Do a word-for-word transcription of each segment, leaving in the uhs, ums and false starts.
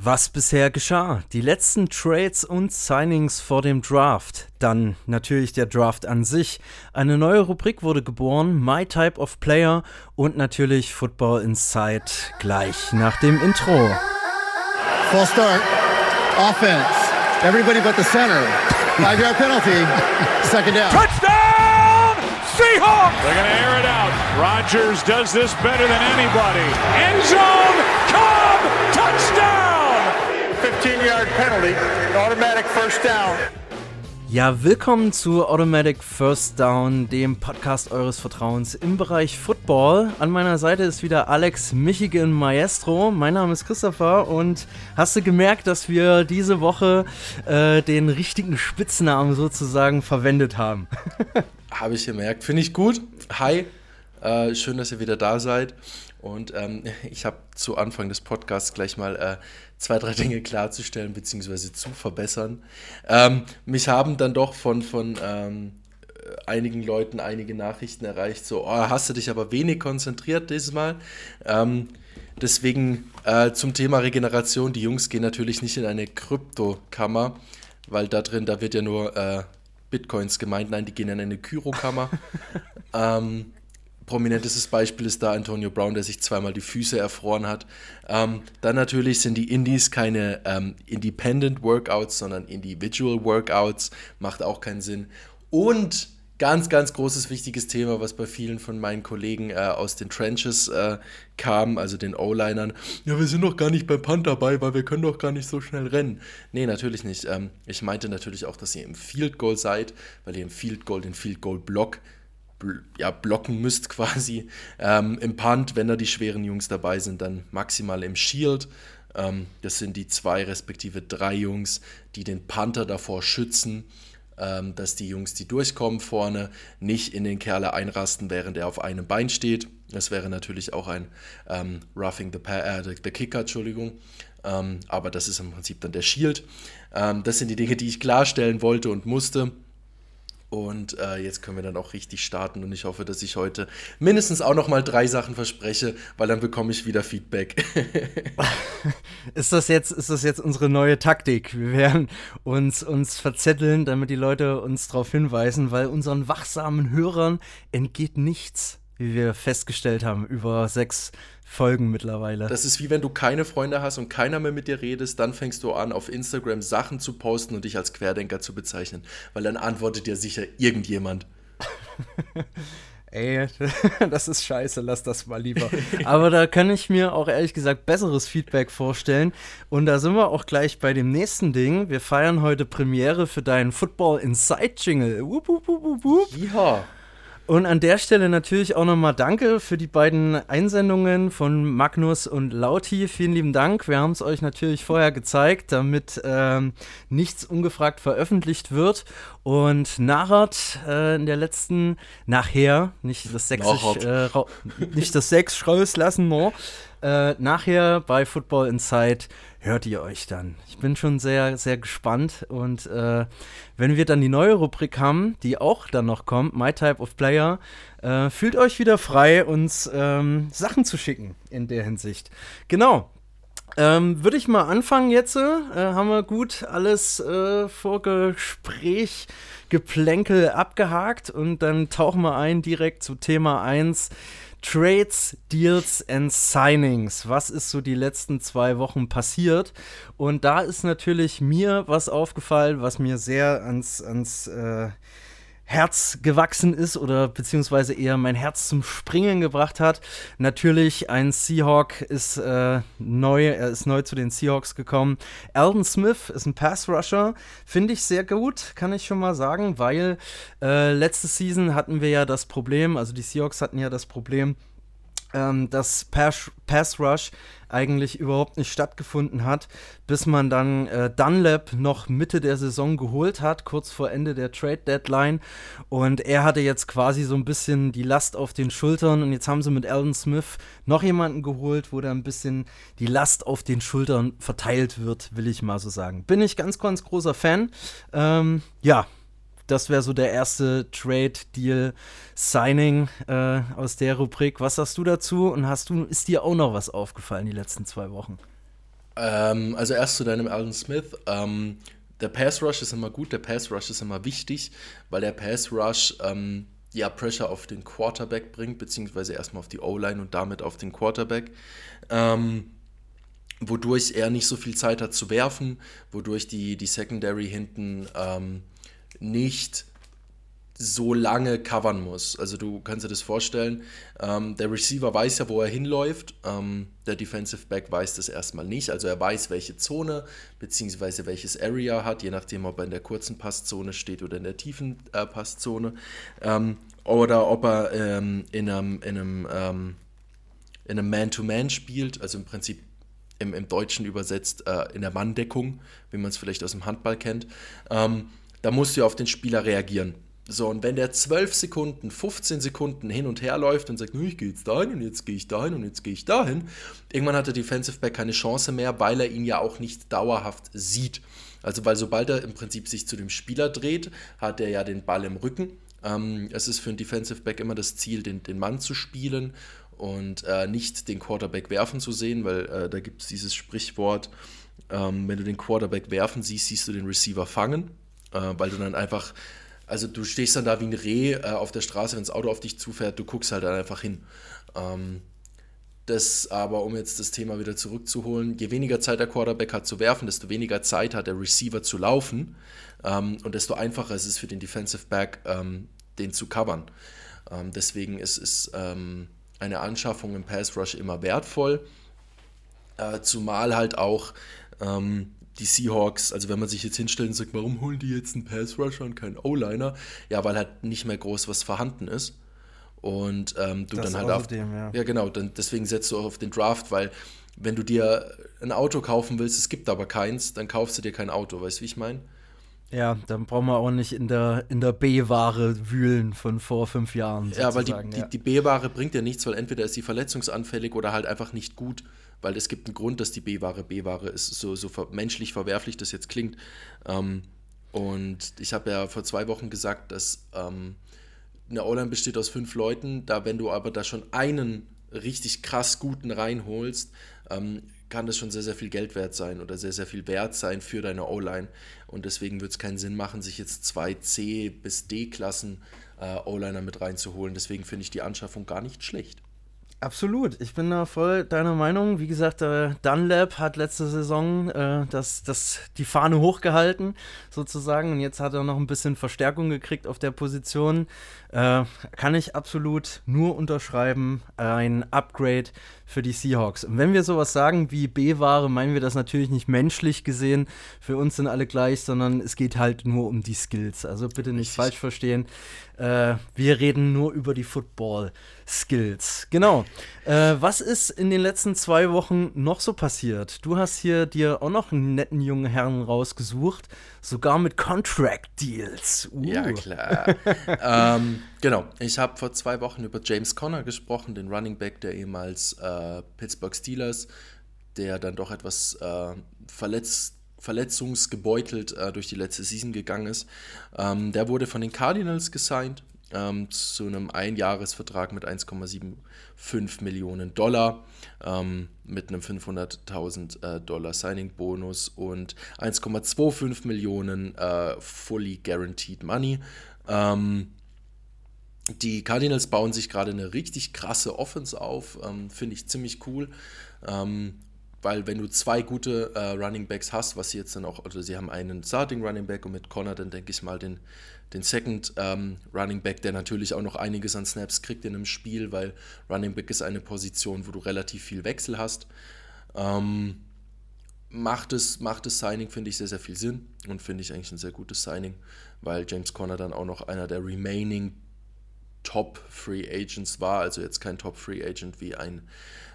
Was bisher geschah, die letzten Trades und Signings vor dem Draft, dann natürlich der Draft an sich, eine neue Rubrik wurde geboren, My Type of Player und natürlich Football Inside gleich nach dem Intro. Full start, offense, everybody but the center, five-yard penalty, second down. Touchdown, Seahawks! They're going to air it out. Rodgers does this better than anybody. End zone, Cobb, touchdown! fifteen-yard penalty, automatic first down. Ja, willkommen zu Automatic First Down, dem Podcast eures Vertrauens im Bereich Football. An meiner Seite ist wieder Alex Michigan Maestro. Mein Name ist Christopher und hast du gemerkt, dass wir diese Woche äh, den richtigen Spitznamen sozusagen verwendet haben? Habe ich gemerkt. Finde ich gut. Hi, äh, schön, dass ihr wieder da seid. Und ähm, ich habe zu Anfang des Podcasts gleich mal äh, zwei, drei Dinge klarzustellen bzw. zu verbessern. Ähm, mich haben dann doch von, von ähm, einigen Leuten einige Nachrichten erreicht, so, oh, hast du dich aber wenig konzentriert dieses Mal. Ähm, deswegen äh, zum Thema Regeneration, die Jungs gehen natürlich nicht in eine Kryptokammer, weil da drin, da wird ja nur äh, Bitcoins gemeint, nein, die gehen in eine Kyrokammer. ähm, Prominentestes Beispiel ist da Antonio Brown, der sich zweimal die Füße erfroren hat. Ähm, dann natürlich sind die Indies keine ähm, Independent Workouts, sondern Individual Workouts. Macht auch keinen Sinn. Und ganz, ganz großes, wichtiges Thema, was bei vielen von meinen Kollegen äh, aus den Trenches äh, kam, also den O-Linern. Ja, wir sind doch gar nicht beim Punt dabei, weil wir können doch gar nicht so schnell rennen. Nee, natürlich nicht. Ähm, ich meinte natürlich auch, dass ihr im Field Goal seid, weil ihr im Field Goal den Field Goal Block ja, blocken müsst quasi. Ähm, im Punt, wenn da die schweren Jungs dabei sind, dann maximal im Shield. Ähm, das sind die zwei respektive drei Jungs, die den Panther davor schützen, ähm, dass die Jungs, die durchkommen vorne, nicht in den Kerle einrasten, während er auf einem Bein steht. Das wäre natürlich auch ein ähm, Roughing the, pa- äh, the Kicker, Entschuldigung. Ähm, aber das ist im Prinzip dann der Shield. Ähm, das sind die Dinge, die ich klarstellen wollte und musste. Und äh, jetzt können wir dann auch richtig starten und ich hoffe, dass ich heute mindestens auch noch mal drei Sachen verspreche, weil dann bekomme ich wieder Feedback. Ist das jetzt, ist das jetzt unsere neue Taktik? Wir werden uns, uns verzetteln, damit die Leute uns darauf hinweisen, weil unseren wachsamen Hörern entgeht nichts, wie wir festgestellt haben, über sechs Folgen mittlerweile. Das ist wie wenn du keine Freunde hast und keiner mehr mit dir redest, dann fängst du an, auf Instagram Sachen zu posten und dich als Querdenker zu bezeichnen, weil dann antwortet dir sicher irgendjemand. Ey, das ist scheiße, lass das mal lieber. Aber da kann ich mir auch ehrlich gesagt besseres Feedback vorstellen. Und da sind wir auch gleich bei dem nächsten Ding. Wir feiern heute Premiere für deinen Football Inside Jingle. Wupp, wupp, wupp, wupp. Ja. Und an der Stelle natürlich auch nochmal danke für die beiden Einsendungen von Magnus und Lauti. Vielen lieben Dank. Wir haben es euch natürlich vorher gezeigt, damit ähm, nichts ungefragt veröffentlicht wird. Und Narat äh, in der letzten, nachher, nicht das Sächsisch, äh, ra- nicht das Sächsisch rauslassen, no. Äh, nachher bei Football Inside hört ihr euch dann. Ich bin schon sehr, sehr gespannt und äh, wenn wir dann die neue Rubrik haben, die auch dann noch kommt, My Type of Player, äh, fühlt euch wieder frei, uns ähm, Sachen zu schicken in der Hinsicht. Genau. Ähm, würde ich mal anfangen jetzt, äh, haben wir gut alles äh, vor Gespräch, Geplänkel abgehakt und dann tauchen wir ein direkt zu Thema eins. Trades, Deals and Signings. Was ist so die letzten zwei Wochen passiert? Und da ist natürlich mir was aufgefallen, was mir sehr ans, ans äh, Herz gewachsen ist oder beziehungsweise eher mein Herz zum Springen gebracht hat. Natürlich, ein Seahawk ist äh, neu, er ist neu zu den Seahawks gekommen. Aldon Smith ist ein Pass-Rusher, finde ich sehr gut, kann ich schon mal sagen, weil äh, letzte Season hatten wir ja das Problem, also die Seahawks hatten ja das Problem, ähm, dass Pass, Pass Rush eigentlich überhaupt nicht stattgefunden hat, bis man dann äh, Dunlap noch Mitte der Saison geholt hat, kurz vor Ende der Trade-Deadline. Und er hatte jetzt quasi so ein bisschen die Last auf den Schultern. Und jetzt haben sie mit Aldon Smith noch jemanden geholt, wo da ein bisschen die Last auf den Schultern verteilt wird, will ich mal so sagen. Bin ich ganz, ganz großer Fan. Ähm, ja, das wäre so der erste Trade-Deal-Signing äh, aus der Rubrik. Was sagst du dazu? Und hast du, ist dir auch noch was aufgefallen die letzten zwei Wochen? Ähm, also erst zu deinem Alden Smith. Ähm, der Pass Rush ist immer gut, der Pass Rush ist immer wichtig, weil der Pass Rush ähm, ja Pressure auf den Quarterback bringt, beziehungsweise erstmal auf die O-Line und damit auf den Quarterback. Ähm, wodurch er nicht so viel Zeit hat zu werfen, wodurch die, die Secondary hinten ähm, nicht so lange covern muss. Also du kannst dir das vorstellen, ähm, der Receiver weiß ja, wo er hinläuft, ähm, der Defensive Back weiß das erstmal nicht, also er weiß, welche Zone bzw. welches Area hat, je nachdem, ob er in der kurzen Passzone steht oder in der tiefen äh, Passzone, ähm, oder ob er ähm, in einem, in einem, ähm, in einem Man-to-Man spielt, also im Prinzip im, im Deutschen übersetzt äh, in der Manndeckung, wie man es vielleicht aus dem Handball kennt. Ähm, da musst du ja auf den Spieler reagieren. So, und wenn der zwölf Sekunden, fünfzehn Sekunden hin und her läuft und sagt, ich gehe jetzt dahin und jetzt gehe ich dahin und jetzt gehe ich dahin, irgendwann hat der Defensive Back keine Chance mehr, weil er ihn ja auch nicht dauerhaft sieht. Also, weil sobald er im Prinzip sich zu dem Spieler dreht, hat er ja den Ball im Rücken. Ähm, es ist für einen Defensive Back immer das Ziel, den, den Mann zu spielen und äh, nicht den Quarterback werfen zu sehen, weil äh, da gibt es dieses Sprichwort, ähm, wenn du den Quarterback werfen siehst, siehst du den Receiver fangen, äh, weil du dann einfach... Also du stehst dann da wie ein Reh äh, auf der Straße, wenn das Auto auf dich zufährt, du guckst halt dann einfach hin. Ähm, das aber, um jetzt das Thema wieder zurückzuholen, je weniger Zeit der Quarterback hat zu werfen, desto weniger Zeit hat der Receiver zu laufen ähm, und desto einfacher ist es für den Defensive Back, ähm, den zu covern. Ähm, deswegen ist, ist ähm, eine Anschaffung im Pass Rush immer wertvoll, äh, zumal halt auch ähm, die Seahawks, also wenn man sich jetzt hinstellt und sagt, warum holen die jetzt einen Pass-Rusher und keinen O-Liner? Ja, weil halt nicht mehr groß was vorhanden ist. Und ähm, du das dann halt auf... Ja. ja, genau, dann, deswegen setzt du auch auf den Draft, weil wenn du dir ein Auto kaufen willst, es gibt aber keins, dann kaufst du dir kein Auto, weißt du, wie ich meine? Ja, dann brauchen wir auch nicht in der, in der B-Ware wühlen von vor fünf Jahren. Sozusagen. Ja, weil die, ja. die, die B-Ware bringt ja nichts, weil entweder ist sie verletzungsanfällig oder halt einfach nicht gut, weil es gibt einen Grund, dass die B-Ware B-Ware ist, so, so ver- menschlich verwerflich das jetzt klingt. Ähm, und ich habe ja vor zwei Wochen gesagt, dass ähm, eine O-Line besteht aus fünf Leuten, da wenn du aber da schon einen richtig krass guten reinholst, ähm, kann das schon sehr, sehr viel Geld wert sein oder sehr, sehr viel wert sein für deine O-Line. Und deswegen wird es keinen Sinn machen, sich jetzt zwei C- bis D-Klassen äh, O-Liner mit reinzuholen. Deswegen finde ich die Anschaffung gar nicht schlecht. Absolut, ich bin da voll deiner Meinung. Wie gesagt, äh, Dunlap hat letzte Saison äh, das, das, die Fahne hochgehalten, sozusagen. Und jetzt hat er noch ein bisschen Verstärkung gekriegt auf der Position. Äh, kann ich absolut nur unterschreiben. Ein Upgrade für die Seahawks. Und wenn wir sowas sagen wie B-Ware, meinen wir das natürlich nicht menschlich gesehen. Für uns sind alle gleich, sondern es geht halt nur um die Skills. Also bitte nicht falsch verstehen. Äh, wir reden nur über die Football-Skills. Genau. Äh, was ist in den letzten zwei Wochen noch so passiert? Du hast hier dir auch noch einen netten jungen Herrn rausgesucht, sogar mit Contract-Deals. Uh. Ja, klar. ähm, genau. Ich habe vor zwei Wochen über James Conner gesprochen, den Running Back der ehemals äh, Pittsburgh Steelers, der dann doch etwas äh, verletzt verletzungsgebeutelt äh, durch die letzte Season gegangen ist. Ähm, der wurde von den Cardinals gesigned ähm, zu einem Einjahresvertrag mit eins Komma fünfundsiebzig Millionen Dollar, ähm, mit einem fünfhunderttausend äh, Dollar Signing-Bonus und eins Komma fünfundzwanzig Millionen äh, fully guaranteed money. Ähm, die Cardinals bauen sich gerade eine richtig krasse Offense auf, ähm, finde ich ziemlich cool. Ähm, Weil wenn du zwei gute äh, Running Backs hast, was sie jetzt dann auch, also sie haben einen Starting Running Back und mit Conner dann denke ich mal den, den Second ähm, Running Back, der natürlich auch noch einiges an Snaps kriegt in einem Spiel, weil Running Back ist eine Position, wo du relativ viel Wechsel hast. Ähm, macht es, macht das Signing, finde ich, sehr, sehr viel Sinn und finde ich eigentlich ein sehr gutes Signing, weil James Conner dann auch noch einer der remaining Top Free Agents war, also jetzt kein Top Free Agent wie ein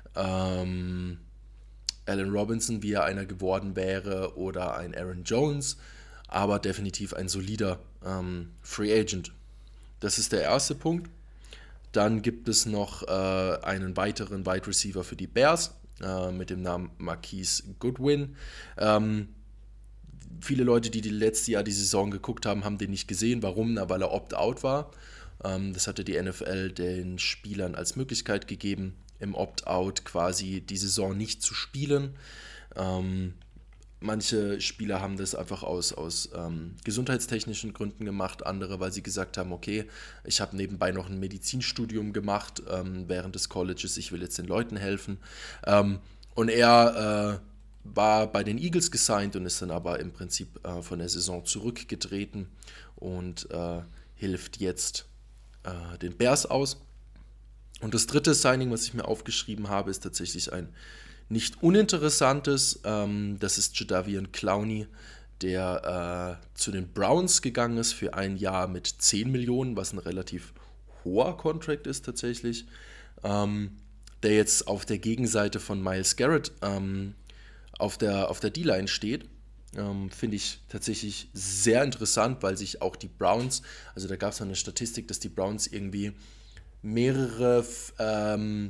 ähm, Allen Robinson, wie er einer geworden wäre, oder ein Aaron Jones, aber definitiv ein solider ähm, Free Agent. Das ist der erste Punkt. Dann gibt es noch äh, einen weiteren Wide Receiver für die Bears äh, mit dem Namen Marquise Goodwin. Ähm, viele Leute, die, die letztes Jahr die Saison geguckt haben, haben den nicht gesehen. Warum? Na, weil er Opt-out war. Ähm, das hatte die N F L den Spielern als Möglichkeit gegeben, im Opt-out quasi die Saison nicht zu spielen. Ähm, manche Spieler haben das einfach aus, aus ähm, gesundheitstechnischen Gründen gemacht, andere, weil sie gesagt haben, okay, ich habe nebenbei noch ein Medizinstudium gemacht ähm, während des Colleges, ich will jetzt den Leuten helfen. Ähm, und er äh, war bei den Eagles gesigned und ist dann aber im Prinzip äh, von der Saison zurückgetreten und äh, hilft jetzt äh, den Bears aus. Und das dritte Signing, was ich mir aufgeschrieben habe, ist tatsächlich ein nicht uninteressantes. Ähm, das ist Jadeveon Clowney, der äh, zu den Browns gegangen ist für ein Jahr mit zehn Millionen, was ein relativ hoher Contract ist tatsächlich. Ähm, der jetzt auf der Gegenseite von Myles Garrett ähm, auf der, auf der D-Line steht. Ähm, finde ich tatsächlich sehr interessant, weil sich auch die Browns, also da gab es eine Statistik, dass die Browns irgendwie mehrere ähm,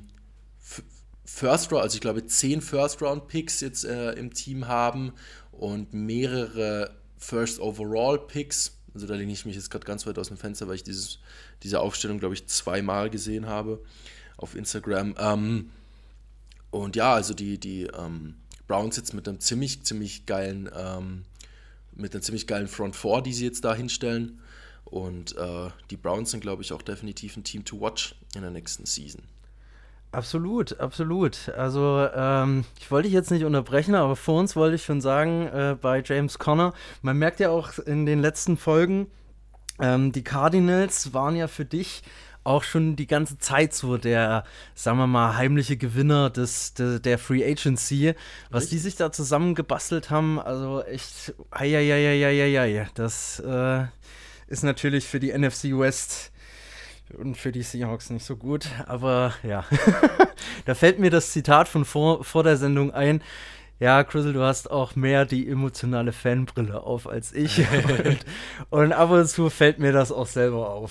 First Round, also ich glaube zehn First Round Picks jetzt äh, im Team haben und mehrere First Overall Picks. Also da lehne ich mich jetzt gerade ganz weit aus dem Fenster, weil ich dieses, diese Aufstellung, glaube ich, zweimal gesehen habe auf Instagram. Ähm, und ja, also die, die ähm, Browns jetzt mit einem ziemlich, ziemlich geilen, ähm, mit einer ziemlich geilen Front Four, die sie jetzt da hinstellen. Und äh, die Browns sind, glaube ich, auch definitiv ein Team to watch in der nächsten Season. Absolut, absolut. Also ähm, ich wollte dich jetzt nicht unterbrechen, aber vor uns wollte ich schon sagen, äh, bei James Conner, man merkt ja auch in den letzten Folgen, ähm, die Cardinals waren ja für dich auch schon die ganze Zeit so der, sagen wir mal, heimliche Gewinner des, de, der Free Agency. Was Richtig? Die sich da zusammengebastelt haben, also echt, eieieiei, das äh, ist natürlich für die N F C West und für die Seahawks nicht so gut, aber ja, da fällt mir das Zitat von vor, vor der Sendung ein. Ja, Chrisel, du hast auch mehr die emotionale Fanbrille auf als ich. und, und ab und zu fällt mir das auch selber auf.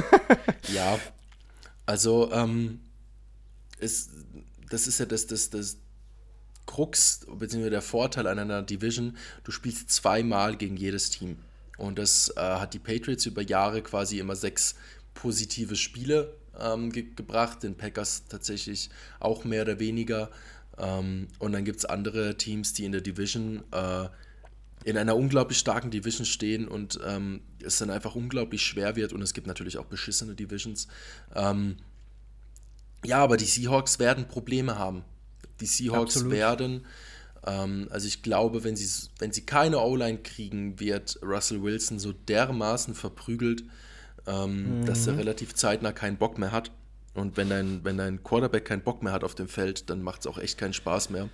Ja, also ähm, ist, das ist ja das, das, das Krux, beziehungsweise der Vorteil an einer Division, du spielst zweimal gegen jedes Team. Und das äh, hat die Patriots über Jahre quasi immer sechs positive Spiele ähm, ge- gebracht, den Packers tatsächlich auch mehr oder weniger. Ähm, und dann gibt es andere Teams, die in der Division, äh, in einer unglaublich starken Division stehen und ähm, es dann einfach unglaublich schwer wird. Und es gibt natürlich auch beschissene Divisions. Ähm, ja, aber die Seahawks werden Probleme haben. Die Seahawks Absolut. werden, ähm, also ich glaube, wenn sie, wenn sie keine O-Line kriegen, wird Russell Wilson so dermaßen verprügelt, ähm, mhm. dass er relativ zeitnah keinen Bock mehr hat. Und wenn dein, wenn dein Quarterback keinen Bock mehr hat auf dem Feld, dann macht es auch echt keinen Spaß mehr.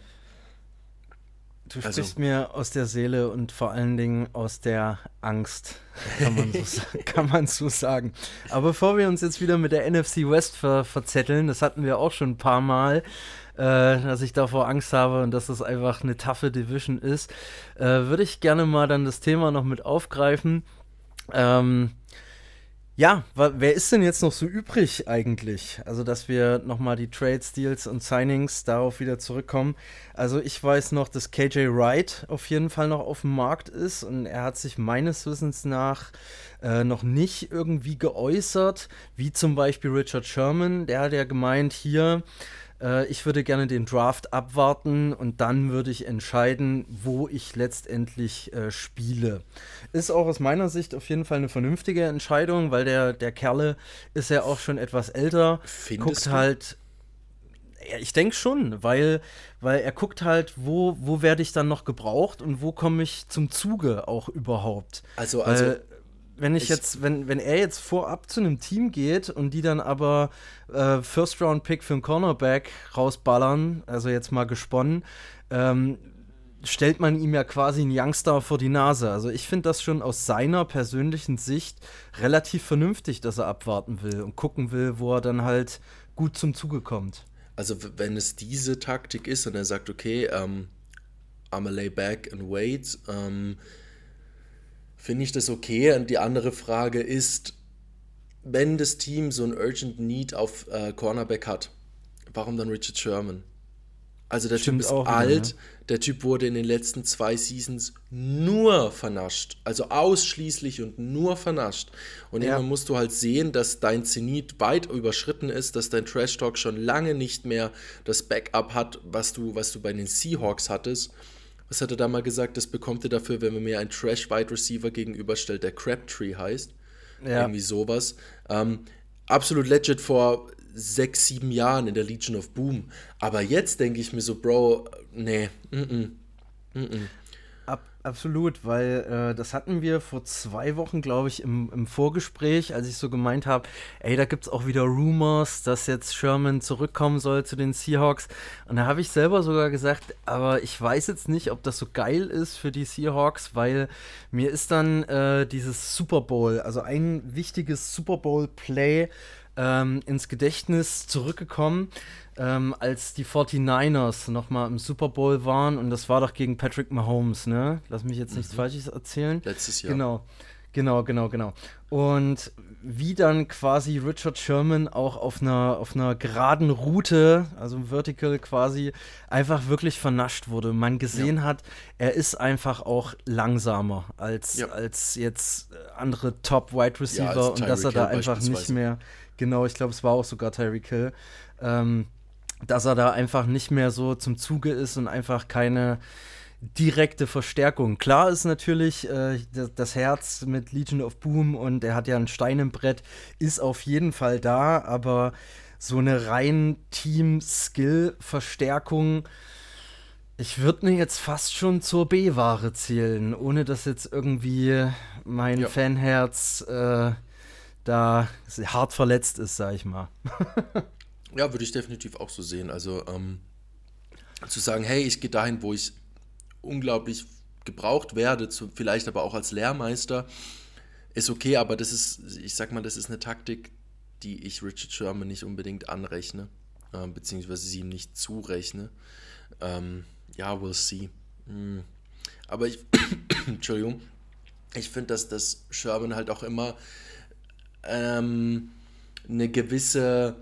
Du sprichst also, mir aus der Seele und vor allen Dingen aus der Angst, kann man so, kann man so sagen. Aber bevor wir uns jetzt wieder mit der N F C West ver- verzetteln, das hatten wir auch schon ein paar Mal, äh, dass ich davor Angst habe und dass das einfach eine taffe Division ist, äh, würde ich gerne mal dann das Thema noch mit aufgreifen. Ähm, Ja, wer ist denn jetzt noch so übrig eigentlich? Also, dass wir nochmal die Trades, Deals und Signings darauf wieder zurückkommen. Also, ich weiß noch, dass K J Wright auf jeden Fall noch auf dem Markt ist und er hat sich meines Wissens nach äh, noch nicht irgendwie geäußert, wie zum Beispiel Richard Sherman. Der hat ja gemeint, hier, äh, ich würde gerne den Draft abwarten und dann würde ich entscheiden, wo ich letztendlich äh, spiele. Ist auch aus meiner Sicht auf jeden Fall eine vernünftige Entscheidung, weil der, der Kerle ist ja auch schon etwas älter. Findest guckt du? halt, ja, ich denke schon, weil, weil er guckt halt, wo, wo werde ich dann noch gebraucht und wo komme ich zum Zuge auch überhaupt. Also, also weil, wenn ich, ich jetzt, wenn, wenn er jetzt vorab zu einem Team geht und die dann aber äh, First-Round-Pick für einen Cornerback rausballern, also jetzt mal gesponnen, ähm, stellt man ihm ja quasi einen Youngster vor die Nase. Also ich finde das schon aus seiner persönlichen Sicht relativ vernünftig, dass er abwarten will und gucken will, wo er dann halt gut zum Zuge kommt. Also wenn es diese Taktik ist und er sagt, okay, um, I'm a lay back and wait, um, finde ich das okay. Und die andere Frage ist, wenn das Team so ein Urgent Need auf äh, Cornerback hat, warum dann Richard Sherman? Also der Stimmt Typ ist auch wieder, alt, ne? der Typ wurde in den letzten zwei Seasons nur vernascht. Also ausschließlich und nur vernascht. Und Ja. irgendwann musst du halt sehen, dass dein Zenit weit überschritten ist, dass dein Trash-Talk schon lange nicht mehr das Backup hat, was du, was du bei den Seahawks hattest. Was hat er da mal gesagt? Das bekommt ihr dafür, wenn man mir einen Trash-Wide-Receiver gegenüberstellt, der Crabtree heißt. Ja. Irgendwie sowas. Ähm, absolut legit vor sechs, sieben Jahren in der Legion of Boom. Aber jetzt denke ich mir so, Bro, nee, mm-mm, mm-mm. Ab, absolut, weil äh, das hatten wir vor zwei Wochen, glaube ich, im, im Vorgespräch, als ich so gemeint habe, ey, da gibt es auch wieder Rumors, dass jetzt Sherman zurückkommen soll zu den Seahawks. Und da habe ich selber sogar gesagt, aber ich weiß jetzt nicht, ob das so geil ist für die Seahawks, weil mir ist dann äh, dieses Super Bowl, also ein wichtiges Super Bowl-Play ähm, ins Gedächtnis zurückgekommen, ähm, als die forty-niners nochmal im Super Bowl waren, und das war doch gegen Patrick Mahomes, ne? Lass mich jetzt nichts Falsches erzählen. Letztes Jahr. Genau, genau, genau, genau. Und wie dann quasi Richard Sherman auch auf einer, auf einer geraden Route, also vertical quasi, einfach wirklich vernascht wurde. Man gesehen Ja. hat, er ist einfach auch langsamer als, Ja. als jetzt andere Top-Wide-Receiver, Ja, als und dass er Tyreek da Hill einfach nicht beispielsweise. mehr, genau, ich glaube, es war auch sogar Tyreek Hill, ähm, dass er da einfach nicht mehr so zum Zuge ist und einfach keine direkte Verstärkung. Klar ist natürlich äh, das, das Herz mit Legion of Boom, und er hat ja ein Stein im Brett, ist auf jeden Fall da, aber so eine rein Team-Skill-Verstärkung, ich würde mir jetzt fast schon zur B-Ware zählen, ohne dass jetzt irgendwie mein Ja. Fanherz äh, da hart verletzt ist, sag ich mal. Ja, würde ich definitiv auch so sehen. Also ähm, zu sagen, hey, ich gehe dahin, wo ich unglaublich gebraucht werde, zu, vielleicht aber auch als Lehrmeister, ist okay, aber das ist, ich sag mal, das ist eine Taktik, die ich Richard Sherman nicht unbedingt anrechne, äh, beziehungsweise sie ihm nicht zurechne. Ähm, ja, we'll see. Hm. Aber ich, Entschuldigung, ich finde, dass das Sherman halt auch immer ähm, eine gewisse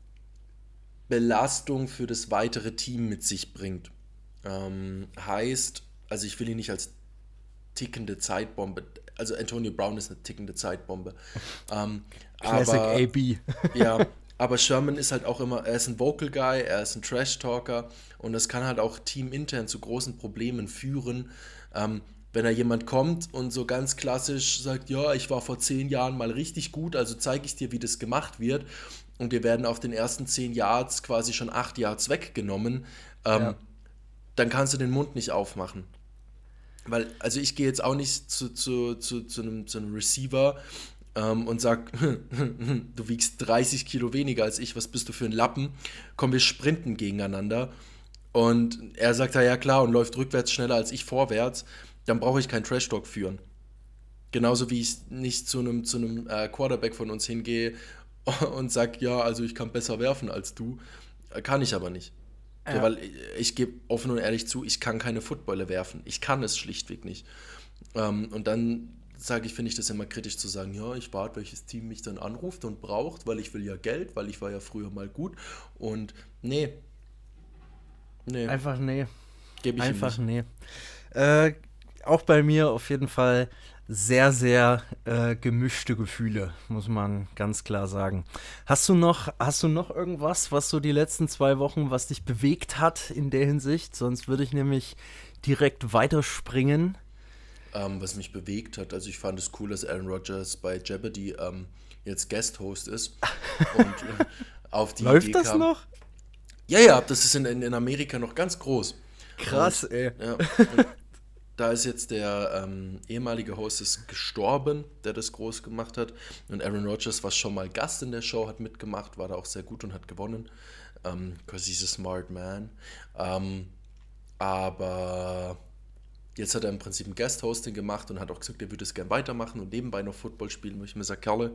Belastung für das weitere Team mit sich bringt. Ähm, heißt, also ich will ihn nicht als tickende Zeitbombe, also Antonio Brown ist eine tickende Zeitbombe. Ähm, Classic aber, A B. ja, aber Sherman ist halt auch immer, er ist ein Vocal Guy, er ist ein Trash-Talker, und das kann halt auch teamintern zu großen Problemen führen, ähm, wenn da jemand kommt und so ganz klassisch sagt, ja, ich war vor zehn Jahren mal richtig gut, also zeige ich dir, wie das gemacht wird, und dir werden auf den ersten zehn Yards quasi schon acht Yards weggenommen, ähm, Ja. dann kannst du den Mund nicht aufmachen. Weil, also ich gehe jetzt auch nicht zu, zu, zu, zu, einem, zu einem Receiver ähm, und sag, du wiegst dreißig Kilo weniger als ich, was bist du für ein Lappen? Komm, wir sprinten gegeneinander. Und er sagt, ja, ja klar, und läuft rückwärts schneller als ich vorwärts, dann brauche ich keinen Trash-Talk führen. Genauso wie ich nicht zu einem, zu einem äh, Quarterback von uns hingehe und sag, ja, also ich kann besser werfen als du. Kann ich aber nicht. Ja. Ja, weil ich, ich gebe offen und ehrlich zu, ich kann keine Footballer werfen. Ich kann es schlichtweg nicht. Ähm, und dann sage ich, finde ich das immer kritisch zu sagen, ja, ich warte, welches Team mich dann anruft und braucht, weil ich will ja Geld, weil ich war ja früher mal gut. Und nee. Nee, Einfach nee. gebe ich Einfach ihm nicht. nee. Äh, auch bei mir auf jeden Fall sehr, sehr äh, gemischte Gefühle, muss man ganz klar sagen. Hast du noch, hast du noch irgendwas, was so die letzten zwei Wochen, was dich bewegt hat in der Hinsicht? Sonst würde ich nämlich direkt weiterspringen. Ähm, was mich bewegt hat, also ich fand es cool, dass Aaron Rodgers bei Jeopardy ähm, jetzt Guest-Host ist. Und äh, auf die Läuft Idee das kam, noch? Ja, ja, das ist in, in, in Amerika noch ganz groß. Krass, Und, ey. Ja, und da ist jetzt der ähm, ehemalige Host ist gestorben, der das groß gemacht hat. Und Aaron Rodgers war schon mal Gast in der Show, hat mitgemacht, war da auch sehr gut und hat gewonnen. Um, because he's a smart man. Um, aber jetzt hat er im Prinzip ein Guest-Hosting gemacht und hat auch gesagt, er würde es gerne weitermachen und nebenbei noch Football spielen. Wo ich mir sage, Kerle,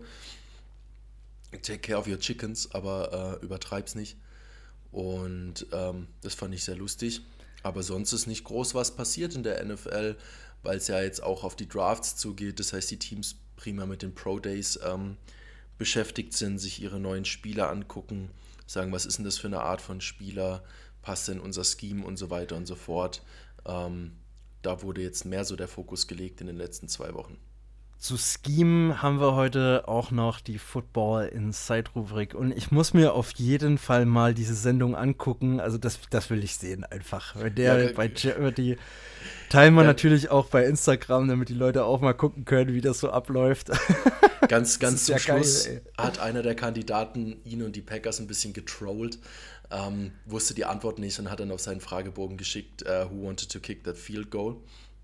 take care of your chickens, aber äh, übertreib's nicht. Und ähm, das fand ich sehr lustig. Aber sonst ist nicht groß was passiert in der N F L, weil es ja jetzt auch auf die Drafts zugeht. Das heißt, die Teams prima mit den Pro Days ähm, beschäftigt sind, sich ihre neuen Spieler angucken, sagen, was ist denn das für eine Art von Spieler, passt in unser Scheme und so weiter und so fort. Ähm, da wurde jetzt mehr so der Fokus gelegt in den letzten zwei Wochen. Zu Scheme haben wir heute auch noch die Football Inside-Rubrik und ich muss mir auf jeden Fall mal diese Sendung angucken, also das, das will ich sehen einfach. Weil der ja, bei die teilen wir ja natürlich auch bei Instagram, damit die Leute auch mal gucken können, wie das so abläuft. Ganz, ganz zum ja Schluss geil, hat einer der Kandidaten ihn und die Packers ein bisschen getrollt, ähm, wusste die Antwort nicht und hat dann auf seinen Fragebogen geschickt, uh, who wanted to kick that field goal?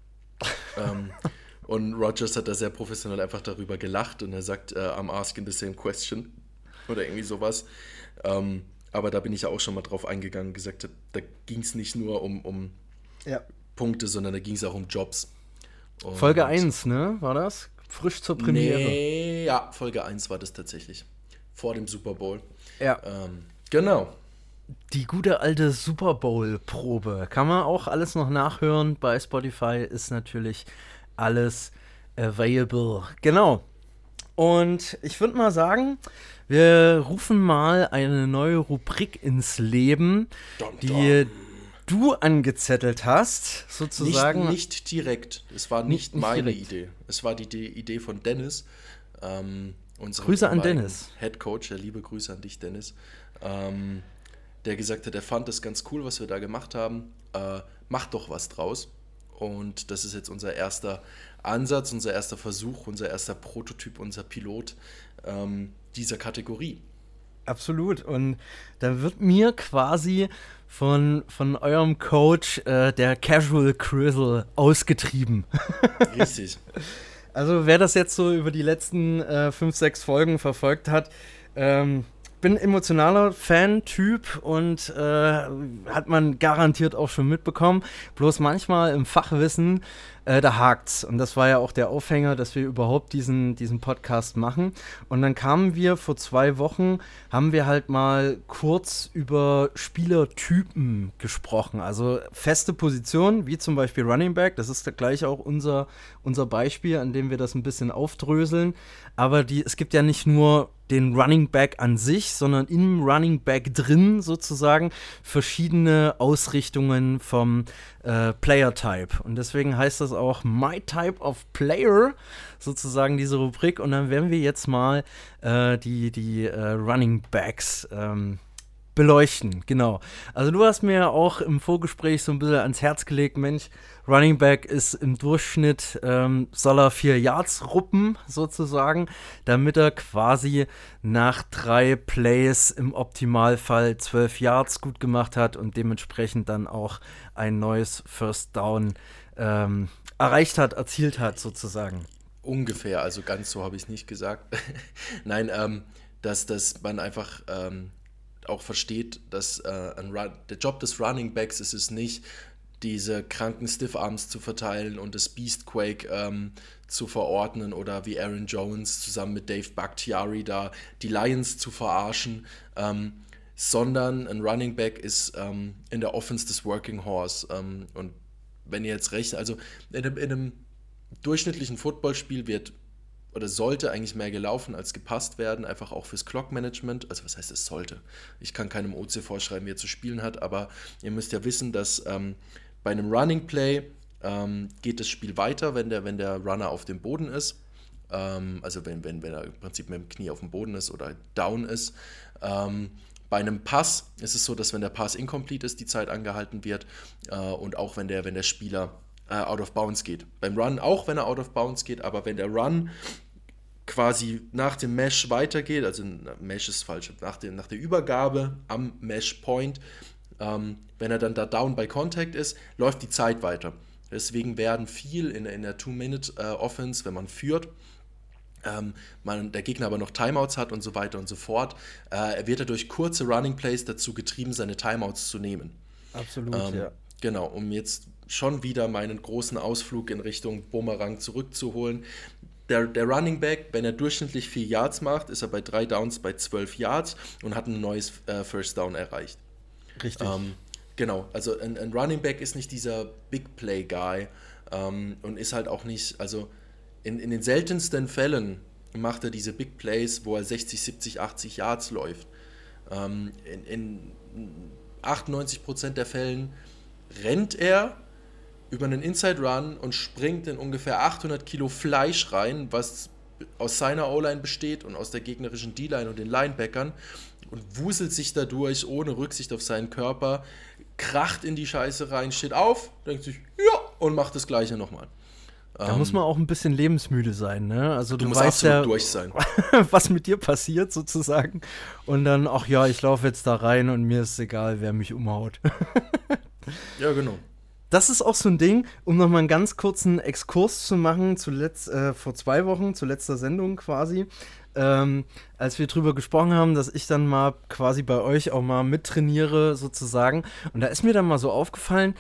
ähm, Und Rodgers hat da sehr professionell einfach darüber gelacht und er sagt, uh, I'm asking the same question oder irgendwie sowas. Ähm, aber da bin ich ja auch schon mal drauf eingegangen und gesagt, da ging es nicht nur um, um ja. Punkte, sondern da ging es auch um Jobs. Und Folge eins, ne? War das? Frisch zur Premiere. Nee, ja, Folge eins war das tatsächlich. Vor dem Super Bowl. Ja. Ähm, genau. Die gute alte Super Bowl-Probe. Kann man auch alles noch nachhören. Bei Spotify ist natürlich alles available. Genau. Und ich würde mal sagen, wir rufen mal eine neue Rubrik ins Leben, dum, dum. die du angezettelt hast, sozusagen. Nicht, nicht direkt. Es war nicht, nicht meine nicht Idee. Es war die, die Idee von Dennis. Ähm, Grüße an Dennis. Head Coach, ja, liebe Grüße an dich, Dennis. Ähm, der gesagt hat, er fand das ganz cool, was wir da gemacht haben. Äh, mach doch was draus. Und das ist jetzt unser erster Ansatz, unser erster Versuch, unser erster Prototyp, unser Pilot ähm, dieser Kategorie. Absolut. Und da wird mir quasi von, von eurem Coach äh, der Casual Crizzle ausgetrieben. Richtig. Also wer das jetzt so über die letzten äh, fünf, sechs Folgen verfolgt hat, ähm, bin emotionaler Fan-Typ und äh, hat man garantiert auch schon mitbekommen. Bloß manchmal im Fachwissen, äh, da hakt's. Und das war ja auch der Aufhänger, dass wir überhaupt diesen, diesen Podcast machen. Und dann kamen wir vor zwei Wochen, haben wir halt mal kurz über Spielertypen gesprochen. Also feste Positionen, wie zum Beispiel Running Back. Das ist gleich auch unser, unser Beispiel, an dem wir das ein bisschen aufdröseln. Aber die, es gibt ja nicht nur den Running Back an sich, sondern im Running Back drin sozusagen verschiedene Ausrichtungen vom äh, Player-Type. Und deswegen heißt das auch My Type of Player, sozusagen diese Rubrik. Und dann werden wir jetzt mal äh, die, die äh, Running Backs ähm, beleuchten. Genau. Also du hast mir auch im Vorgespräch so ein bisschen ans Herz gelegt, Mensch, Running Back ist im Durchschnitt, ähm, soll er vier Yards ruppen, sozusagen, damit er quasi nach drei Plays im Optimalfall zwölf Yards gut gemacht hat und dementsprechend dann auch ein neues First Down ähm, erreicht hat, erzielt hat, sozusagen. Ungefähr, also ganz so habe ich es nicht gesagt. Nein, ähm, dass, dass man einfach ähm, auch versteht, dass äh, ein Run- der Job des Running Backs ist es nicht, diese kranken Stiffarms zu verteilen und das Beastquake ähm, zu verordnen oder wie Aaron Jones zusammen mit Dave Bakhtiari da die Lions zu verarschen, ähm, sondern ein Running Back ist ähm, in der Offense des Working Horse. Ähm, und wenn ihr jetzt rechnet, also in einem, in einem durchschnittlichen Footballspiel wird oder sollte eigentlich mehr gelaufen als gepasst werden, einfach auch fürs Clock-Management. Also was heißt es sollte? Ich kann keinem O C vorschreiben, wie er zu spielen hat, aber ihr müsst ja wissen, dass ähm, bei einem Running Play ähm, geht das Spiel weiter, wenn der, wenn der Runner auf dem Boden ist. Ähm, also wenn, wenn, wenn er im Prinzip mit dem Knie auf dem Boden ist oder down ist. Ähm, bei einem Pass ist es so, dass wenn der Pass incomplete ist, die Zeit angehalten wird äh, und auch wenn der, wenn der Spieler äh, out of bounds geht. Beim Run auch, wenn er out of bounds geht, aber wenn der Run quasi nach dem Mesh weitergeht, also Mesh ist falsch, nach, dem, nach der Übergabe am Mesh Point, ähm, wenn er dann da down by Contact ist, läuft die Zeit weiter. Deswegen werden viel in, in der Two-Minute-Offense, wenn man führt, ähm, man, der Gegner aber noch Timeouts hat und so weiter und so fort, äh, wird er durch kurze Running Plays dazu getrieben, seine Timeouts zu nehmen. Absolut, ähm, ja. Genau, um jetzt schon wieder meinen großen Ausflug in Richtung Bumerang zurückzuholen. Der, der Running Back, wenn er durchschnittlich vier Yards macht, ist er bei drei Downs bei zwölf Yards und hat ein neues äh, First Down erreicht. Richtig. Ähm, genau, also ein, ein Running Back ist nicht dieser Big Play Guy ähm, und ist halt auch nicht, also in, in den seltensten Fällen macht er diese Big Plays, wo er sechzig, siebzig, achtzig Yards läuft. Ähm, in, in achtundneunzig Prozent der Fällen rennt er über einen Inside Run und springt in ungefähr achthundert Kilo Fleisch rein, was aus seiner O-Line besteht und aus der gegnerischen D-Line und den Linebackern und wuselt sich dadurch ohne Rücksicht auf seinen Körper, kracht in die Scheiße rein, steht auf, denkt sich, ja, und macht das Gleiche nochmal. Da ähm, muss man auch ein bisschen lebensmüde sein, ne? Also du, du musst weißt absolut ja, durch sein. was mit dir passiert sozusagen. Und dann, ach ja, ich laufe jetzt da rein und mir ist egal, wer mich umhaut. Ja, genau. Das ist auch so ein Ding, um nochmal einen ganz kurzen Exkurs zu machen, zuletzt, äh, vor zwei Wochen, zu letzter Sendung quasi, ähm, als wir drüber gesprochen haben, dass ich dann mal quasi bei euch auch mal mittrainiere sozusagen. Und da ist mir dann mal so aufgefallen,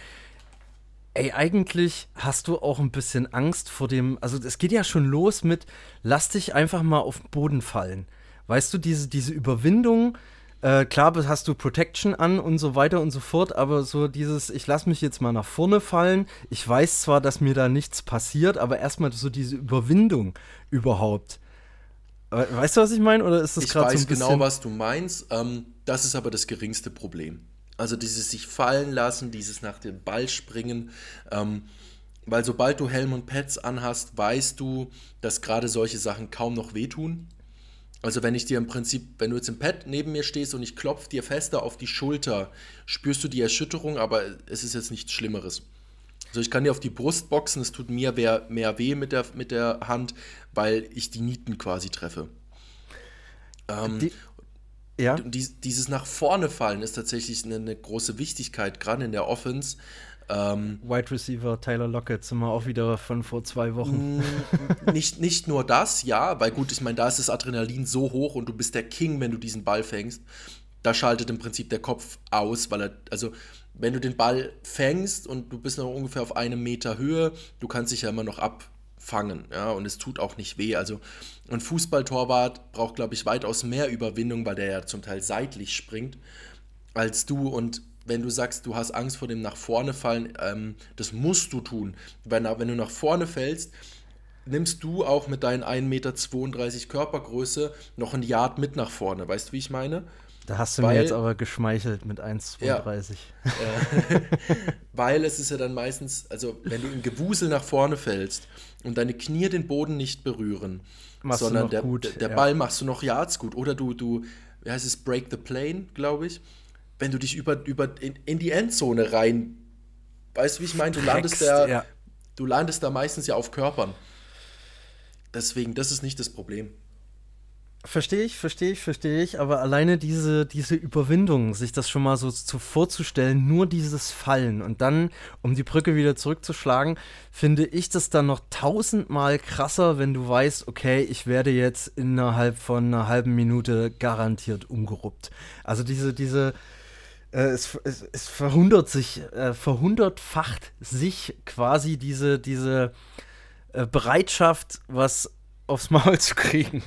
ey, eigentlich hast du auch ein bisschen Angst vor dem, also es geht ja schon los mit, lass dich einfach mal auf den Boden fallen. Weißt du, diese, diese Überwindung, Äh, klar hast du Protection an und so weiter und so fort, aber so dieses, ich lass mich jetzt mal nach vorne fallen, ich weiß zwar, dass mir da nichts passiert, aber erstmal so diese Überwindung überhaupt. Weißt du, was ich meine? Oder ist das gerade so ein bisschen... Ich weiß genau, was du meinst. Ähm, das ist aber das geringste Problem. Also dieses sich fallen lassen, dieses nach dem Ball springen, ähm, weil sobald du Helm und Pads anhast, weißt du, dass gerade solche Sachen kaum noch wehtun. Also wenn ich dir im Prinzip, wenn du jetzt im Pad neben mir stehst und ich klopfe dir fester auf die Schulter, spürst du die Erschütterung, aber es ist jetzt nichts Schlimmeres. Also ich kann dir auf die Brust boxen, es tut mir mehr, mehr weh mit der, mit der Hand, weil ich die Nieten quasi treffe. Ähm, die, ja. dies, dieses nach vorne fallen ist tatsächlich eine, eine große Wichtigkeit, gerade in der Offense. Ähm, Wide Receiver Tyler Lockett sind wir auch wieder von vor zwei Wochen. nicht, nicht nur das, ja, weil gut, ich meine, da ist das Adrenalin so hoch und du bist der King, wenn du diesen Ball fängst. Da schaltet im Prinzip der Kopf aus, weil er, also wenn du den Ball fängst und du bist noch ungefähr auf einem Meter Höhe, du kannst dich ja immer noch abfangen, ja, und es tut auch nicht weh. Also ein Fußballtorwart braucht, glaube ich, weitaus mehr Überwindung, weil der ja zum Teil seitlich springt, als du. Und wenn du sagst, du hast Angst vor dem nach vorne fallen, ähm, das musst du tun. Weil wenn du nach vorne fällst, nimmst du auch mit deinen ein Meter zweiunddreißig Körpergröße noch ein Yard mit nach vorne. Weißt du, wie ich meine? Da hast du weil, mir jetzt aber geschmeichelt mit eins Komma zweiunddreißig. Ja, äh, weil es ist ja dann meistens, also wenn du im Gewusel nach vorne fällst und deine Knie den Boden nicht berühren, machst sondern du noch der, gut, der ja. Ball machst du noch Yards gut. Oder du, du, wie heißt es, Break the Plane, glaube ich. Wenn du dich über, über in, in die Endzone rein, weißt du, wie ich meine? Du landest, da, ja. du landest da meistens ja auf Körpern. Deswegen, das ist nicht das Problem. Verstehe ich, verstehe ich, verstehe ich, aber alleine diese, diese Überwindung, sich das schon mal so zu vorzustellen, nur dieses Fallen und dann, um die Brücke wieder zurückzuschlagen, finde ich das dann noch tausendmal krasser, wenn du weißt, okay, ich werde jetzt innerhalb von einer halben Minute garantiert umgeruppt. Also diese, diese, äh, es, es, es verhundert sich, äh, verhundertfacht sich quasi diese, diese äh, Bereitschaft, was aufs Maul zu kriegen.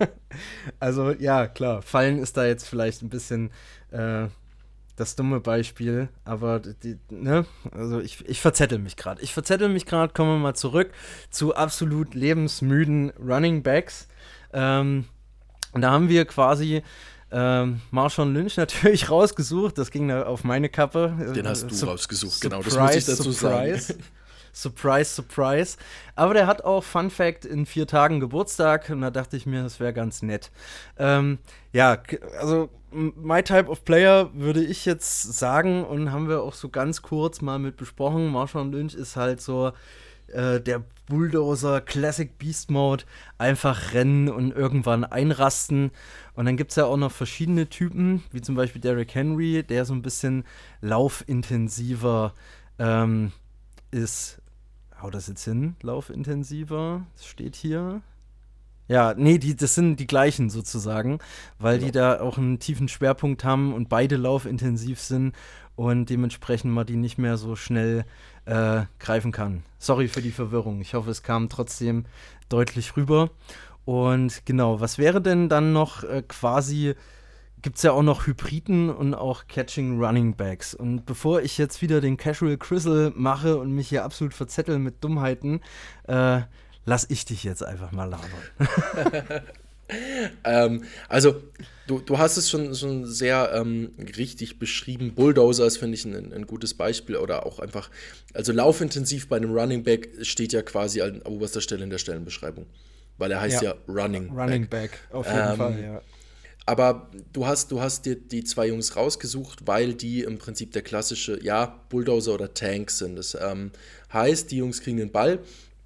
Also ja, klar, Fallen ist da jetzt vielleicht ein bisschen äh, das dumme Beispiel, aber die, ne, also ich, ich verzettel mich gerade. Ich verzettel mich gerade, kommen wir mal zurück zu absolut lebensmüden Running Backs. Ähm, und da haben wir quasi ähm, Marshawn Lynch natürlich rausgesucht, das ging da auf meine Kappe. Den hast du Sur- rausgesucht, Surprise, genau, das muss ich dazu Surprise. sagen. Surprise, surprise. Aber der hat auch, Fun Fact, in vier Tagen Geburtstag. Und da dachte ich mir, das wäre ganz nett. Ähm, ja, also my type of player würde ich jetzt sagen, und haben wir auch so ganz kurz mal mit besprochen. Marshawn Lynch ist halt so äh, der Bulldozer, Classic Beast Mode. Einfach rennen und irgendwann einrasten. Und dann gibt es ja auch noch verschiedene Typen, wie zum Beispiel Derrick Henry, der so ein bisschen laufintensiver ähm, ist. Haut das jetzt hin? Laufintensiver? Das steht hier. Ja, nee, die, das sind die gleichen sozusagen, weil genau. die da auch einen tiefen Schwerpunkt haben und beide laufintensiv sind und dementsprechend man die nicht mehr so schnell äh, greifen kann. Sorry für die Verwirrung. Ich hoffe, es kam trotzdem deutlich rüber. Und genau, was wäre denn dann noch äh, quasi, gibt es ja auch noch Hybriden und auch Catching Running Backs. Und bevor ich jetzt wieder den Casual Crizzle mache und mich hier absolut verzettel mit Dummheiten, äh, lass ich dich jetzt einfach mal labern. ähm, also, du, du hast es schon, schon sehr ähm, richtig beschrieben. Bulldozer ist, finde ich, ein, ein gutes Beispiel. Oder auch einfach, also laufintensiv bei einem Running Back steht ja quasi an oberster Stelle in der Stellenbeschreibung. Weil er heißt ja, ja Running, Running Back. Back, auf jeden ähm, Fall, ja. Aber du hast, du hast dir die zwei Jungs rausgesucht, weil die im Prinzip der klassische, ja, Bulldozer oder Tank sind. Das ähm, heißt, die Jungs kriegen den Ball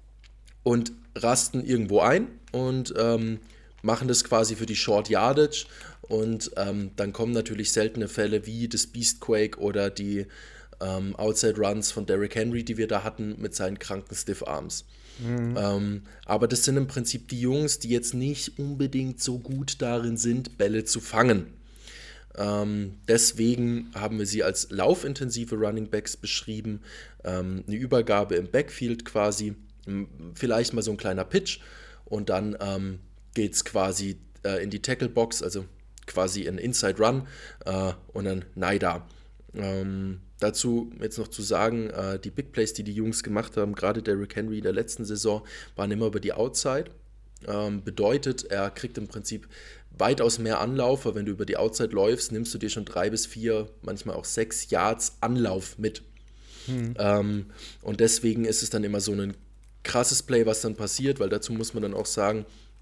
und rasten irgendwo ein und ähm, machen das quasi für die Short Yardage. Und ähm, dann kommen natürlich seltene Fälle wie das Beastquake oder die ähm, Outside Runs von Derrick Henry, die wir da hatten mit seinen kranken Stiff Arms. Mhm. Ähm, aber das sind im Prinzip die Jungs, die jetzt nicht unbedingt so gut darin sind, Bälle zu fangen. Ähm, deswegen haben wir sie als laufintensive Running Backs beschrieben. Ähm, eine Übergabe im Backfield quasi, vielleicht mal so ein kleiner Pitch und dann ähm, geht es quasi äh, in die Tackle-Box, also quasi ein Inside Run äh, und dann Naida. Ähm, dazu jetzt noch zu sagen, äh, die Big Plays, die die Jungs gemacht haben, gerade Derrick Henry in der letzten Saison, waren immer über die Outside. Ähm, bedeutet, er kriegt im Prinzip weitaus mehr Anlauf, weil wenn du über die Outside läufst, nimmst du dir schon drei bis vier, manchmal auch sechs Yards Anlauf mit. Hm. Ähm, und deswegen ist es dann immer so ein krasses Play, was dann passiert, weil dazu muss man dann auch sagen,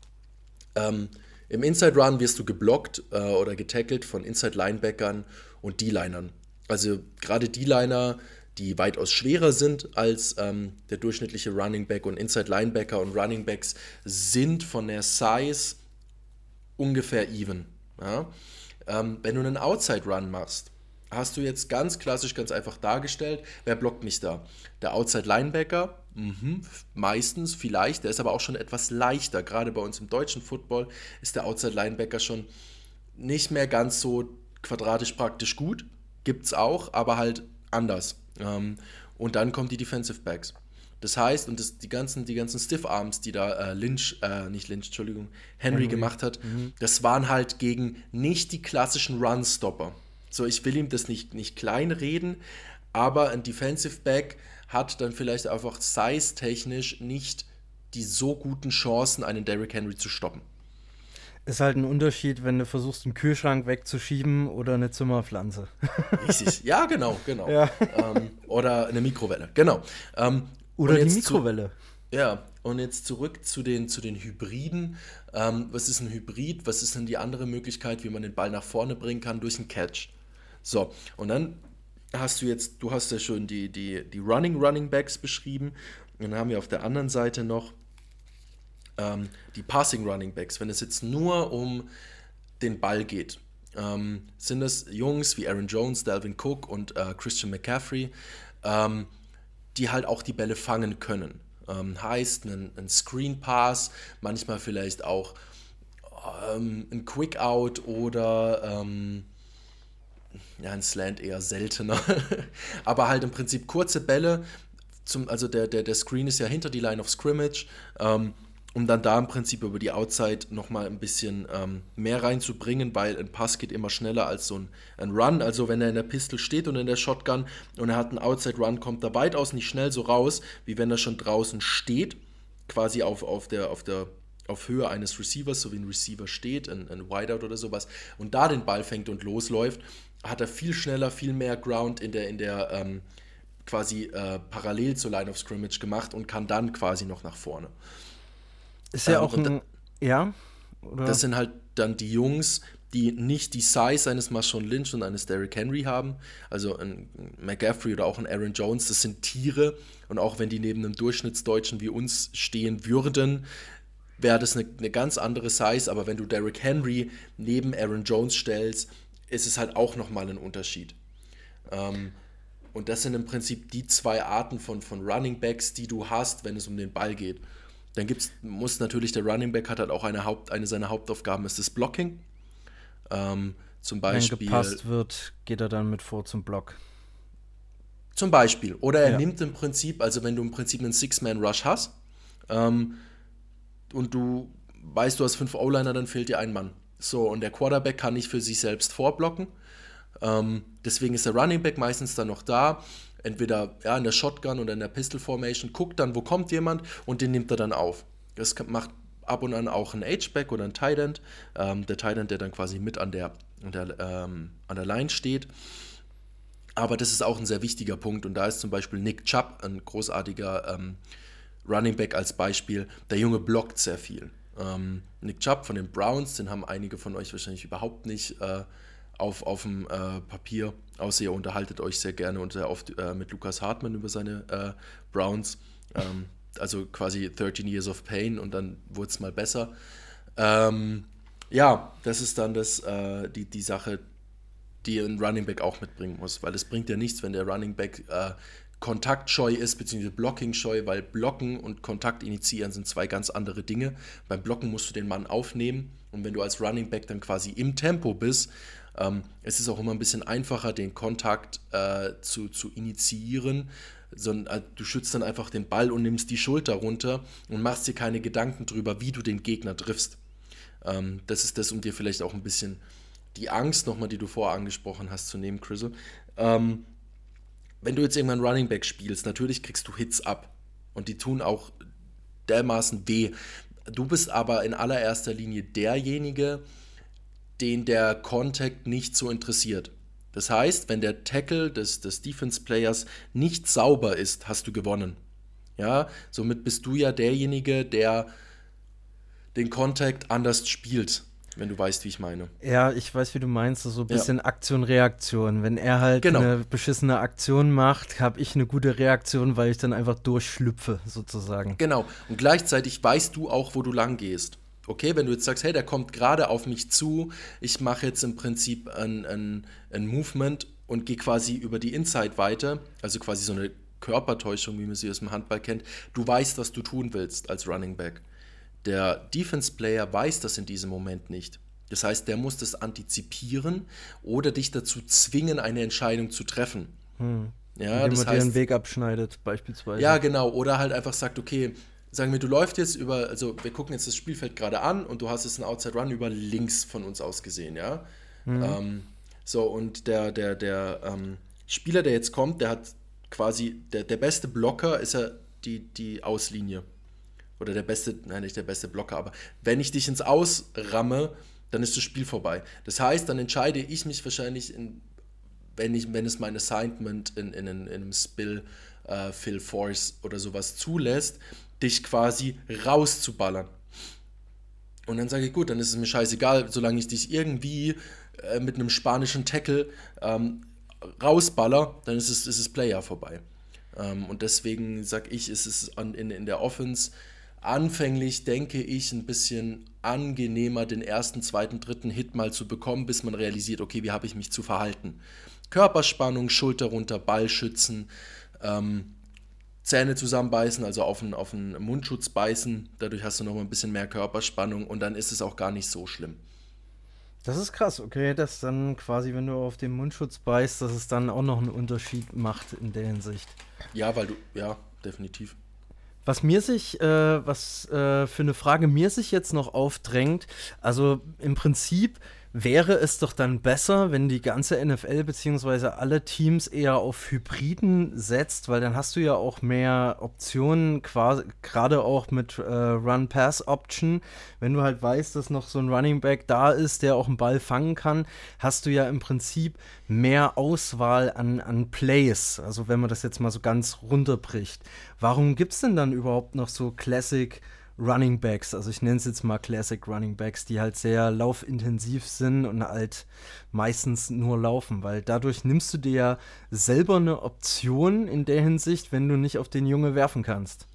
ähm, im Inside Run wirst du geblockt äh, oder getackelt von Inside Linebackern und D-Linern. Also gerade D-Liner, die weitaus schwerer sind als ähm, der durchschnittliche Running Back und Inside Linebacker und Running Backs sind von der Size ungefähr even. Ja? Ähm, wenn du einen Outside Run machst, hast du jetzt ganz klassisch, ganz einfach dargestellt, wer blockt mich da? Der Outside Linebacker, mhm, meistens, vielleicht, der ist aber auch schon etwas leichter. Gerade bei uns im deutschen Football ist der Outside Linebacker schon nicht mehr ganz so quadratisch praktisch gut. Gibt's auch, aber halt anders. Ähm, und dann kommen die Defensive Backs. Das heißt, und das, die ganzen, die ganzen Stiff Arms, die da äh, Lynch, äh, nicht Lynch, Entschuldigung, Henry, Henry. gemacht hat, mhm. das waren halt gegen nicht die klassischen Run-Stopper. So, ich will ihm das nicht, nicht kleinreden, aber ein Defensive Back hat dann vielleicht einfach size-technisch nicht die so guten Chancen, einen Derrick Henry zu stoppen. Ist halt ein Unterschied, wenn du versuchst, einen Kühlschrank wegzuschieben oder eine Zimmerpflanze. Richtig, ja, genau, genau. Ja. Ähm, oder eine Mikrowelle, genau. Ähm, oder die Mikrowelle. Zu, ja, und jetzt zurück zu den, zu den Hybriden. Ähm, was ist ein Hybrid? Was ist denn die andere Möglichkeit, wie man den Ball nach vorne bringen kann? Durch einen Catch. So, und dann hast du jetzt, du hast ja schon die, die, die Running Running Backs beschrieben. Und dann haben wir auf der anderen Seite noch ähm, die Passing Running Backs. Wenn es jetzt nur um den Ball geht, ähm, sind das Jungs wie Aaron Jones, Dalvin Cook und äh, Christian McCaffrey, ähm, die halt auch die Bälle fangen können. Ähm, heißt, ein, ein Screen Pass, manchmal vielleicht auch ähm, ein Quick Out oder ähm, ja, ein Slant eher seltener, aber halt im Prinzip kurze Bälle, zum, also der, der, der Screen ist ja hinter die Line of Scrimmage, ähm, um dann da im Prinzip über die Outside nochmal ein bisschen ähm, mehr reinzubringen, weil ein Pass geht immer schneller als so ein, ein Run, also wenn er in der Pistol steht und in der Shotgun und er hat einen Outside Run, kommt er weitaus nicht schnell so raus, wie wenn er schon draußen steht, quasi auf, auf der, auf der auf Höhe eines Receivers, so wie ein Receiver steht, ein, ein Wideout oder sowas, und da den Ball fängt und losläuft, hat er viel schneller, viel mehr Ground in der, in der ähm, quasi äh, parallel zur Line of Scrimmage gemacht und kann dann quasi noch nach vorne. Ist ja ähm, auch ein, da, ja? Oder? Das sind halt dann die Jungs, die nicht die Size eines Marshawn Lynch und eines Derrick Henry haben, also ein McCaffrey oder auch ein Aaron Jones, das sind Tiere, und auch wenn die neben einem Durchschnittsdeutschen wie uns stehen würden, wäre das eine, eine ganz andere Size, aber wenn du Derrick Henry neben Aaron Jones stellst, ist es halt auch nochmal ein Unterschied. Ähm, und das sind im Prinzip die zwei Arten von, von Running Backs, die du hast, wenn es um den Ball geht. Dann gibt's, muss natürlich, der Running Back hat halt auch eine, Haupt, eine seiner Hauptaufgaben, ist das Blocking. Ähm, zum Beispiel. Wenn gepasst wird, geht er dann mit vor zum Block. Zum Beispiel. Oder er ja. nimmt im Prinzip, also wenn du im Prinzip einen Six-Man-Rush hast, ähm, und du weißt, du hast fünf O-Liner, dann fehlt dir ein Mann. So, und der Quarterback kann nicht für sich selbst vorblocken. Ähm, deswegen ist der Running Back meistens dann noch da. Entweder ja, in der Shotgun oder in der Pistol Formation. Guckt dann, wo kommt jemand, und den nimmt er dann auf. Das macht ab und an auch ein H-Back oder ein Tight End. Ähm, der Tight End, der dann quasi mit an der, an der, ähm, an der Line steht. Aber das ist auch ein sehr wichtiger Punkt. Und da ist zum Beispiel Nick Chubb, ein großartiger ähm, Running Back als Beispiel. Der Junge blockt sehr viel. Ähm, Nick Chubb von den Browns, den haben einige von euch wahrscheinlich überhaupt nicht äh, auf, auf dem äh, Papier, außer ihr unterhaltet euch sehr gerne und sehr oft äh, mit Lukas Hartmann über seine äh, Browns. Ähm, also quasi dreizehn Years of Pain und dann wurde es mal besser. Ähm, ja, das ist dann das, äh, die, die Sache, die ein Running Back auch mitbringen muss, weil es bringt ja nichts, wenn der Running Back äh, kontaktscheu ist, beziehungsweise blockingscheu, weil Blocken und Kontakt initiieren sind zwei ganz andere Dinge. Beim Blocken musst du den Mann aufnehmen und wenn du als Running Back dann quasi im Tempo bist, ähm, es ist auch immer ein bisschen einfacher, den Kontakt äh, zu, zu initiieren, sondern äh, du schützt dann einfach den Ball und nimmst die Schulter runter und machst dir keine Gedanken drüber, wie du den Gegner triffst. Ähm, das ist das, um dir vielleicht auch ein bisschen die Angst nochmal, die du vorher angesprochen hast, zu nehmen, Chrisel. Ähm, wenn du jetzt irgendwann Running Back spielst, natürlich kriegst du Hits ab und die tun auch dermaßen weh. Du bist aber in allererster Linie derjenige, den der Contact nicht so interessiert. Das heißt, wenn der Tackle des, des Defense-Players nicht sauber ist, hast du gewonnen. Ja, somit bist du ja derjenige, der den Contact anders spielt, wenn du weißt, wie ich meine. Ja, ich weiß, wie du meinst, so ein bisschen ja. Aktion-Reaktion. Wenn er halt genau. eine beschissene Aktion macht, habe ich eine gute Reaktion, weil ich dann einfach durchschlüpfe, sozusagen. Genau, und gleichzeitig weißt du auch, wo du lang gehst. Okay, wenn du jetzt sagst, hey, der kommt gerade auf mich zu, ich mache jetzt im Prinzip ein, ein, ein Movement und gehe quasi über die Inside weiter, also quasi so eine Körpertäuschung, wie man sie aus dem Handball kennt. Du weißt, was du tun willst als Running Back. Der Defense-Player weiß das in diesem Moment nicht. Das heißt, der muss das antizipieren oder dich dazu zwingen, eine Entscheidung zu treffen. Hm. Ja, indem das man heißt, dir den Weg abschneidet, beispielsweise. Ja, genau. Oder halt einfach sagt, okay, sagen wir, du läufst jetzt über, also wir gucken jetzt das Spielfeld gerade an und du hast jetzt einen Outside Run über links von uns aus gesehen, ja. Mhm. Ähm, so, und der, der, der ähm, Spieler, der jetzt kommt, der hat quasi, der, der beste Blocker ist ja die, die Auslinie. Oder der beste, nein, nicht der beste Blocker, aber wenn ich dich ins Aus ramme, dann ist das Spiel vorbei. Das heißt, dann entscheide ich mich wahrscheinlich, in, wenn, ich, wenn es mein Assignment in, in, in einem Spill, äh, Fill Force oder sowas zulässt, dich quasi rauszuballern. Und dann sage ich, gut, dann ist es mir scheißegal, solange ich dich irgendwie äh, mit einem spanischen Tackle ähm, rausballer, dann ist es, ist es Player vorbei. Ähm, und deswegen sage ich, ist es an, in, in der Offense anfänglich, denke ich, ein bisschen angenehmer, den ersten, zweiten, dritten Hit mal zu bekommen, bis man realisiert, okay, wie habe ich mich zu verhalten. Körperspannung, Schulter runter, Ball schützen, ähm, Zähne zusammenbeißen, also auf einen, auf einen Mundschutz beißen, dadurch hast du noch mal ein bisschen mehr Körperspannung und dann ist es auch gar nicht so schlimm. Das ist krass, okay, dass dann quasi, wenn du auf den Mundschutz beißt, dass es dann auch noch einen Unterschied macht in der Hinsicht. Ja, weil du, ja, definitiv. Was mir sich, äh, was äh, für eine Frage mir sich jetzt noch aufdrängt, also im Prinzip wäre es doch dann besser, wenn die ganze N F L bzw. alle Teams eher auf Hybriden setzt, weil dann hast du ja auch mehr Optionen, gerade auch mit äh, Run-Pass-Option. Wenn du halt weißt, dass noch so ein Running Back da ist, der auch einen Ball fangen kann, hast du ja im Prinzip mehr Auswahl an, an Plays. Also wenn man das jetzt mal so ganz runterbricht. Warum gibt es denn dann überhaupt noch so Classic Running Backs, also ich nenne es jetzt mal Classic Running Backs, die halt sehr laufintensiv sind und halt meistens nur laufen, weil dadurch nimmst du dir ja selber eine Option in der Hinsicht, wenn du nicht auf den Junge werfen kannst.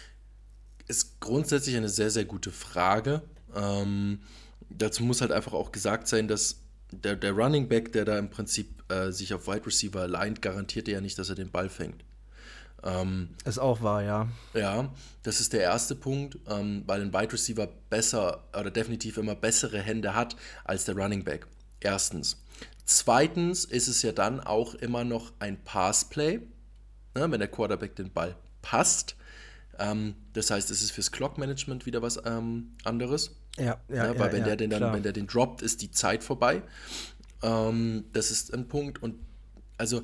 Ist grundsätzlich eine sehr, sehr gute Frage. Ähm, dazu muss halt einfach auch gesagt sein, dass der, der Running Back, der da im Prinzip äh, sich auf Wide Receiver aligned, garantiert ja nicht, dass er den Ball fängt. Ähm, ist auch wahr, ja. Ja, das ist der erste Punkt, ähm, weil ein Wide Receiver besser oder definitiv immer bessere Hände hat als der Running Back. Erstens. Zweitens ist es ja dann auch immer noch ein Passplay, ne, wenn der Quarterback den Ball passt. Ähm, das heißt, es ist fürs Clock-Management wieder was ähm, anderes. Ja, ja, ne, weil ja, wenn ja, der den dann, klar. wenn der den droppt, ist die Zeit vorbei. Ähm, das ist ein Punkt. Und also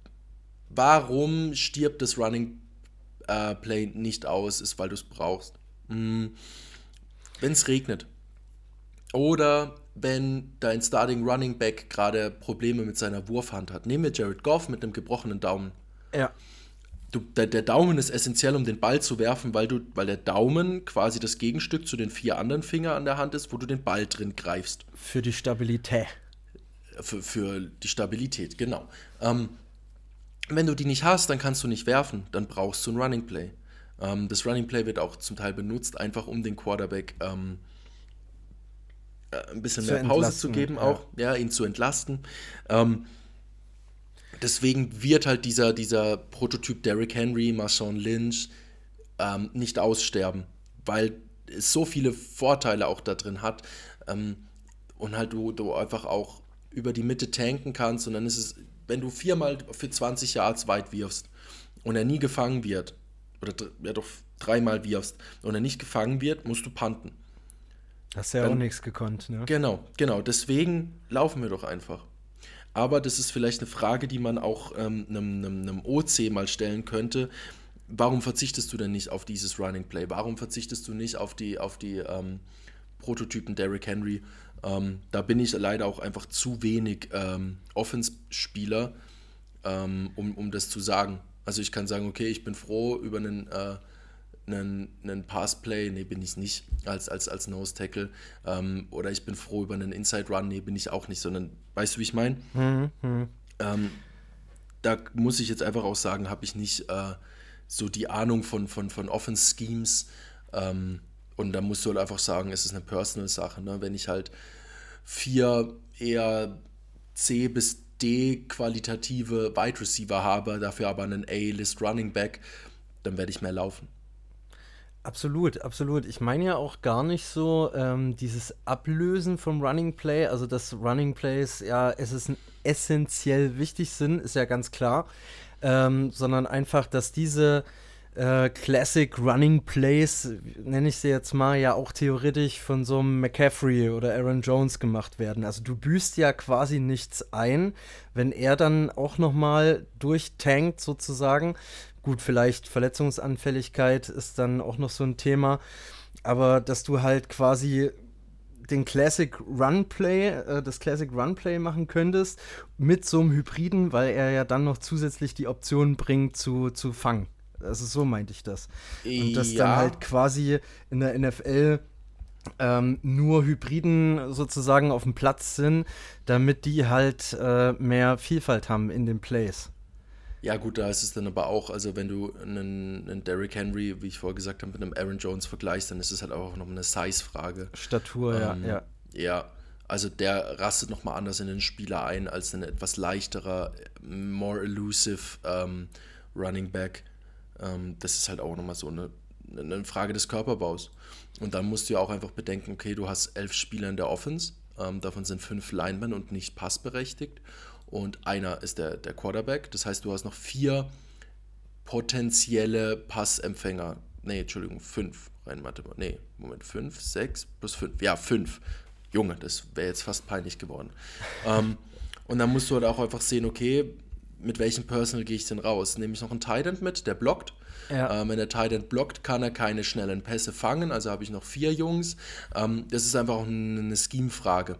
warum stirbt das Running äh, Play nicht aus, ist, weil du es brauchst. Hm. wenn es regnet. Oder wenn dein Starting Running Back gerade Probleme mit seiner Wurfhand hat. Nehmen wir Jared Goff mit einem gebrochenen Daumen. Ja. Du, der, der Daumen ist essentiell, um den Ball zu werfen, weil, du, weil der Daumen quasi das Gegenstück zu den vier anderen Fingern an der Hand ist, wo du den Ball drin greifst. Für die Stabilität. Für, für die Stabilität, genau. Ähm, wenn du die nicht hast, dann kannst du nicht werfen. Dann brauchst du ein Running Play. Ähm, das Running Play wird auch zum Teil benutzt, einfach um den Quarterback ähm, äh, ein bisschen zu mehr Pause entlasten, zu geben, ja. auch, ja, ihn zu entlasten. Ähm, Deswegen wird halt dieser, dieser Prototyp Derrick Henry, Marshawn Lynch ähm, nicht aussterben, weil es so viele Vorteile auch da drin hat ähm, und halt du, du einfach auch über die Mitte tanken kannst und dann ist es, wenn du viermal für zwanzig Yards weit wirfst und er nie gefangen wird, oder ja doch dreimal wirfst und er nicht gefangen wird, musst du punten. Hast ja Dann, auch nichts gekonnt, ne? Genau, genau, deswegen laufen wir doch einfach. Aber das ist vielleicht eine Frage, die man auch ähm, einem, einem, einem O C mal stellen könnte. Warum verzichtest du denn nicht auf dieses Running Play? Warum verzichtest du nicht auf die, auf die ähm, Prototypen Derrick Henry? Ähm, da bin ich leider auch einfach zu wenig ähm, Offense-Spieler, ähm, um, um das zu sagen. Also ich kann sagen, okay, ich bin froh über einen, äh, einen, einen Pass-Play, nee, bin ich nicht, als, als, als Nose-Tackle. Ähm, oder ich bin froh über einen Inside-Run, nee, bin ich auch nicht, sondern, weißt du, wie ich meine? Mhm, mh. Ähm, da muss ich jetzt einfach auch sagen, habe ich nicht äh, so die Ahnung von, von, von Offense-Schemes. Ähm, und da musst du halt einfach sagen, es ist eine Personal-Sache. Ne? Wenn ich halt vier eher C bis D qualitative Wide Receiver habe, dafür aber einen A-List Running Back, dann werde ich mehr laufen. Absolut, absolut. Ich meine ja auch gar nicht so ähm, dieses Ablösen vom Running Play, also dass Running Plays ja es ist essentiell wichtig sind, ist ja ganz klar, ähm, sondern einfach, dass diese äh, Classic Running Plays, nenne ich sie jetzt mal, ja auch theoretisch von so einem McCaffrey oder Aaron Jones gemacht werden. Also du büßt ja quasi nichts ein, wenn er dann auch nochmal durchtankt sozusagen. Gut, vielleicht Verletzungsanfälligkeit ist dann auch noch so ein Thema, aber dass du halt quasi den Classic Runplay, äh, das Classic Runplay machen könntest mit so einem Hybriden, weil er ja dann noch zusätzlich die Option bringt zu, zu fangen. Also so meinte ich das. Und dass Ja. dann halt quasi in der N F L ähm, nur Hybriden sozusagen auf dem Platz sind, damit die halt äh, mehr Vielfalt haben in den Plays. Ja gut, da ist es dann aber auch, also wenn du einen, einen Derrick Henry, wie ich vorher gesagt habe, mit einem Aaron Jones vergleichst, dann ist es halt auch noch eine Size-Frage. Statur, Ähm, ja, ja. Ja, also der rastet nochmal anders in den Spieler ein als ein etwas leichterer, more elusive ähm, Running Back. Ähm, das ist halt auch nochmal so eine, eine Frage des Körperbaus. Und dann musst du ja auch einfach bedenken, okay, du hast elf Spieler in der Offense, ähm, davon sind fünf Linemen und nicht passberechtigt. Und einer ist der, der Quarterback. Das heißt, du hast noch vier potenzielle Passempfänger. Nee, Entschuldigung, fünf. Rein Mathe. Nee, Moment, fünf, sechs plus fünf. Ja, fünf. Junge, das wäre jetzt fast peinlich geworden. ähm, und dann musst du halt auch einfach sehen, okay, mit welchem Personal gehe ich denn raus? Nehme ich noch einen Tight End mit, der blockt. Ja. Ähm, wenn der Tight End blockt, kann er keine schnellen Pässe fangen. Also habe ich noch vier Jungs. Ähm, das ist einfach auch eine, eine Scheme-Frage.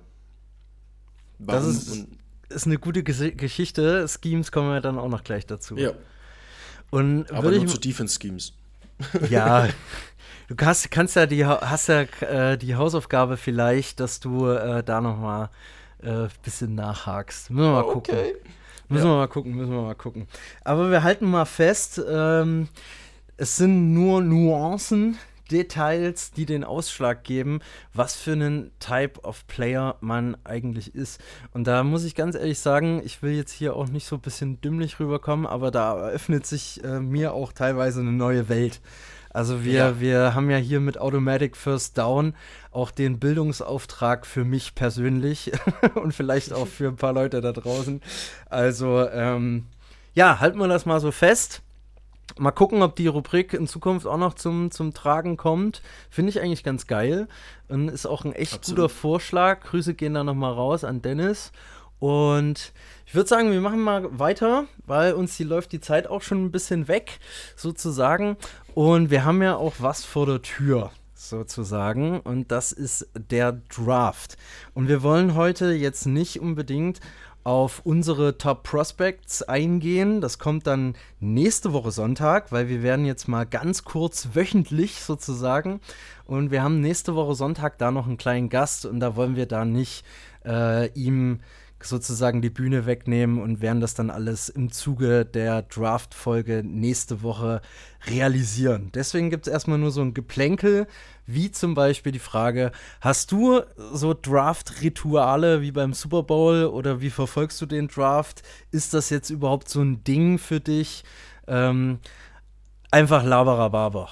Das ist, und, ist eine gute Ges- Geschichte. Schemes kommen wir dann auch noch gleich dazu. ja, Und aber würde nur ich, zu Defense-Schemes. ja, du kannst, kannst ja die, Ha- hast ja äh, die Hausaufgabe vielleicht, dass du äh, da noch mal ein äh, bisschen nachhakst. Müssen wir mal gucken. Müssen Ja. wir mal gucken, müssen wir mal gucken. Aber wir halten mal fest, ähm, es sind nur Nuancen, Details, die den Ausschlag geben, was für einen Type of Player man eigentlich ist. Und da muss ich ganz ehrlich sagen, ich will jetzt hier auch nicht so ein bisschen dümmlich rüberkommen, aber da eröffnet sich äh, mir auch teilweise eine neue Welt. Also wir, Ja. wir haben ja hier mit Automatic First Down auch den Bildungsauftrag für mich persönlich und vielleicht auch für ein paar Leute da draußen. Also ähm, ja, halten wir das mal so fest. Mal gucken, ob die Rubrik in Zukunft auch noch zum, zum Tragen kommt. Finde ich eigentlich ganz geil und ist auch ein echt Absolut. guter Vorschlag. Grüße gehen da nochmal raus an Dennis. Und ich würde sagen, wir machen mal weiter, weil uns hier läuft die Zeit auch schon ein bisschen weg, sozusagen. Und wir haben ja auch was vor der Tür. sozusagen, und das ist der Draft. Und wir wollen heute jetzt nicht unbedingt auf unsere Top Prospects eingehen. Das kommt dann nächste Woche Sonntag, weil wir werden jetzt mal ganz kurz wöchentlich sozusagen, und wir haben nächste Woche Sonntag da noch einen kleinen Gast, und da wollen wir da nicht äh, ihm sozusagen die Bühne wegnehmen und werden das dann alles im Zuge der Draft-Folge nächste Woche realisieren. Deswegen gibt es erstmal nur so ein Geplänkel, wie zum Beispiel die Frage, hast du so Draft-Rituale wie beim Super Bowl oder wie verfolgst du den Draft? Ist das jetzt überhaupt so ein Ding für dich? Ähm, einfach Laberababer.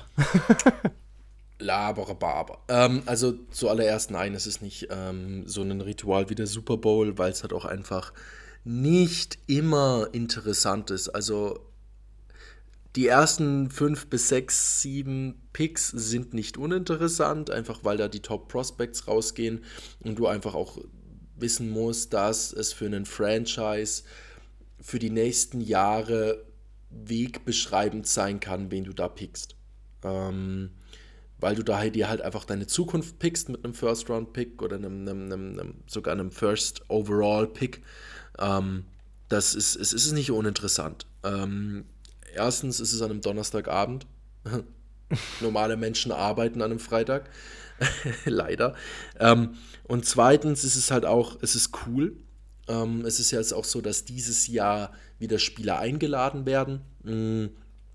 Laberababer. Ähm, also zuallererst, nein, es ist nicht ähm, so ein Ritual wie der Super Bowl, weil es halt auch einfach nicht immer interessant ist. Also die ersten fünf bis sechs, sieben Picks sind nicht uninteressant, einfach weil da die Top Prospects rausgehen und du einfach auch wissen musst, dass es für einen Franchise für die nächsten Jahre wegbeschreibend sein kann, wen du da pickst. Ähm, weil du da dir halt einfach deine Zukunft pickst mit einem First-Round-Pick oder einem, einem, einem, einem, sogar einem First-Overall-Pick. Ähm, das ist, es ist nicht uninteressant. Ähm, erstens ist es an einem Donnerstagabend. Normale Menschen arbeiten an einem Freitag. Leider. Ähm, und zweitens ist es halt auch, es ist cool. Ähm, es ist ja jetzt auch so, dass dieses Jahr wieder Spieler eingeladen werden. Mhm.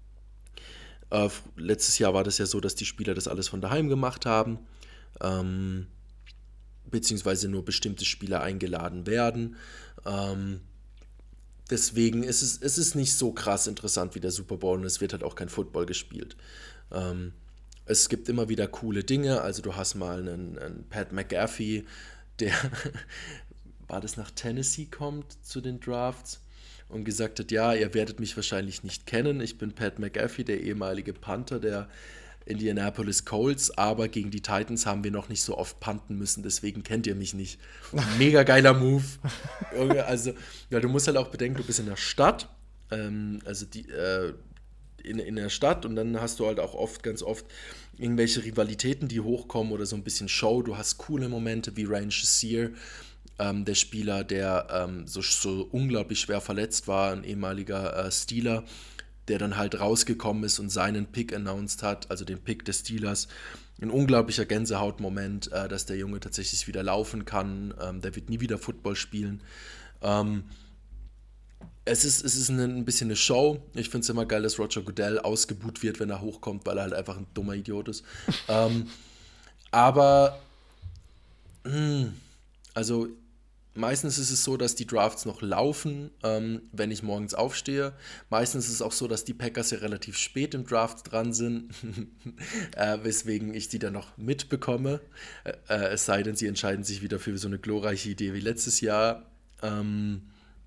Äh, letztes Jahr war das ja so, dass die Spieler das alles von daheim gemacht haben, ähm, beziehungsweise nur bestimmte Spieler eingeladen werden. Ähm, deswegen ist es, es ist nicht so krass interessant wie der Super Bowl, und es wird halt auch kein Football gespielt. Ähm, es gibt immer wieder coole Dinge, also du hast mal einen, einen Pat McAfee, der, war das nach Tennessee kommt zu den Drafts, und gesagt hat, ja, ihr werdet mich wahrscheinlich nicht kennen, ich bin Pat McAfee, der ehemalige Punter der Indianapolis Colts, aber gegen die Titans haben wir noch nicht so oft punten müssen, deswegen kennt ihr mich nicht. Mega geiler Move. Also, ja, du musst halt auch bedenken, du bist in der Stadt, ähm, also die, äh, in, in der Stadt, und dann hast du halt auch oft, ganz oft irgendwelche Rivalitäten, die hochkommen oder so ein bisschen Show. Du hast coole Momente wie Ryan Shazier, Ähm, der Spieler, der ähm, so, so unglaublich schwer verletzt war, ein ehemaliger äh, Steeler, der dann halt rausgekommen ist und seinen Pick announced hat, also den Pick des Steelers. Ein unglaublicher Gänsehautmoment, äh, dass der Junge tatsächlich wieder laufen kann. Ähm, der wird nie wieder Football spielen. Ähm, es ist, es ist ein, ein bisschen eine Show. Ich finde es immer geil, dass Roger Goodell ausgebuht wird, wenn er hochkommt, weil er halt einfach ein dummer Idiot ist. ähm, aber, mh, also, meistens ist es so, dass die Drafts noch laufen, ähm, wenn ich morgens aufstehe. Meistens ist es auch so, dass die Packers ja relativ spät im Draft dran sind, äh, weswegen ich die dann noch mitbekomme. Äh, es sei denn, sie entscheiden sich wieder für so eine glorreiche Idee wie letztes Jahr. Ähm,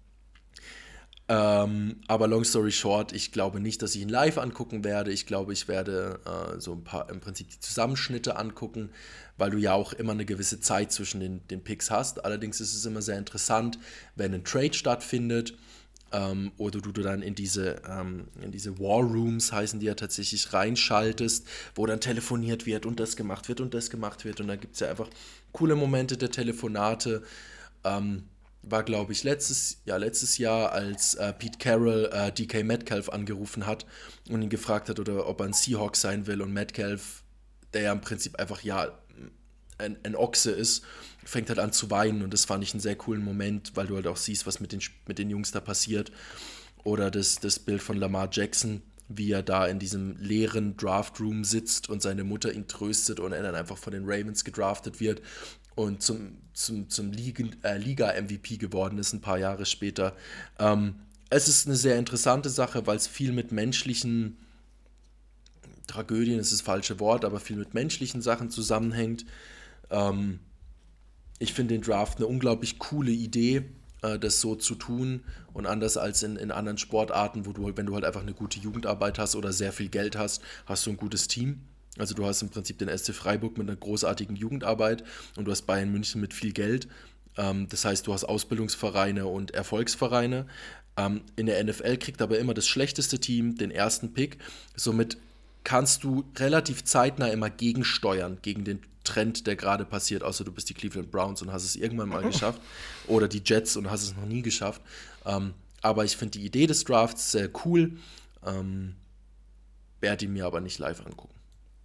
ähm, aber long story short, ich glaube nicht, dass ich ihn live angucken werde. Ich glaube, ich werde äh, so ein paar, im Prinzip die Zusammenschnitte angucken, weil du ja auch immer eine gewisse Zeit zwischen den, den Picks hast. Allerdings ist es immer sehr interessant, wenn ein Trade stattfindet ähm, oder du, du dann in diese, ähm, in diese War Rooms, heißen die ja tatsächlich, reinschaltest, wo dann telefoniert wird und das gemacht wird und das gemacht wird. Und da gibt es ja einfach coole Momente der Telefonate. Ähm, war, glaube ich, letztes, ja, letztes Jahr, als äh, Pete Carroll äh, D K Metcalf angerufen hat und ihn gefragt hat, oder ob er ein Seahawk sein will, und Metcalf, der ja im Prinzip einfach, ja, ein, ein Ochse ist, fängt halt an zu weinen, und das fand ich einen sehr coolen Moment, weil du halt auch siehst, was mit den, mit den Jungs da passiert. Oder das, das Bild von Lamar Jackson, wie er da in diesem leeren Draftroom sitzt und seine Mutter ihn tröstet und er dann einfach von den Ravens gedraftet wird und zum, zum, zum Ligen, äh, Liga-M V P geworden ist, ein paar Jahre später. Ähm, es ist eine sehr interessante Sache, weil es viel mit menschlichen Tragödien, ist das falsche Wort, aber viel mit menschlichen Sachen zusammenhängt. Ähm, ich finde den Draft eine unglaublich coole Idee, äh, das so zu tun, und anders als in, in anderen Sportarten, wo du, wenn du halt einfach eine gute Jugendarbeit hast oder sehr viel Geld hast, hast du ein gutes Team. Also du hast im Prinzip den S C Freiburg mit einer großartigen Jugendarbeit und du hast Bayern München mit viel Geld. Ähm, das heißt, du hast Ausbildungsvereine und Erfolgsvereine. Ähm, in der N F L kriegt aber immer das schlechteste Team den ersten Pick. Somit kannst du relativ zeitnah immer gegensteuern, gegen den Trend, der gerade passiert, außer du bist die Cleveland Browns und hast es irgendwann mal geschafft oder die Jets und hast es noch nie geschafft. Ähm, aber ich finde die Idee des Drafts sehr cool, ähm, werde ihn mir aber nicht live angucken.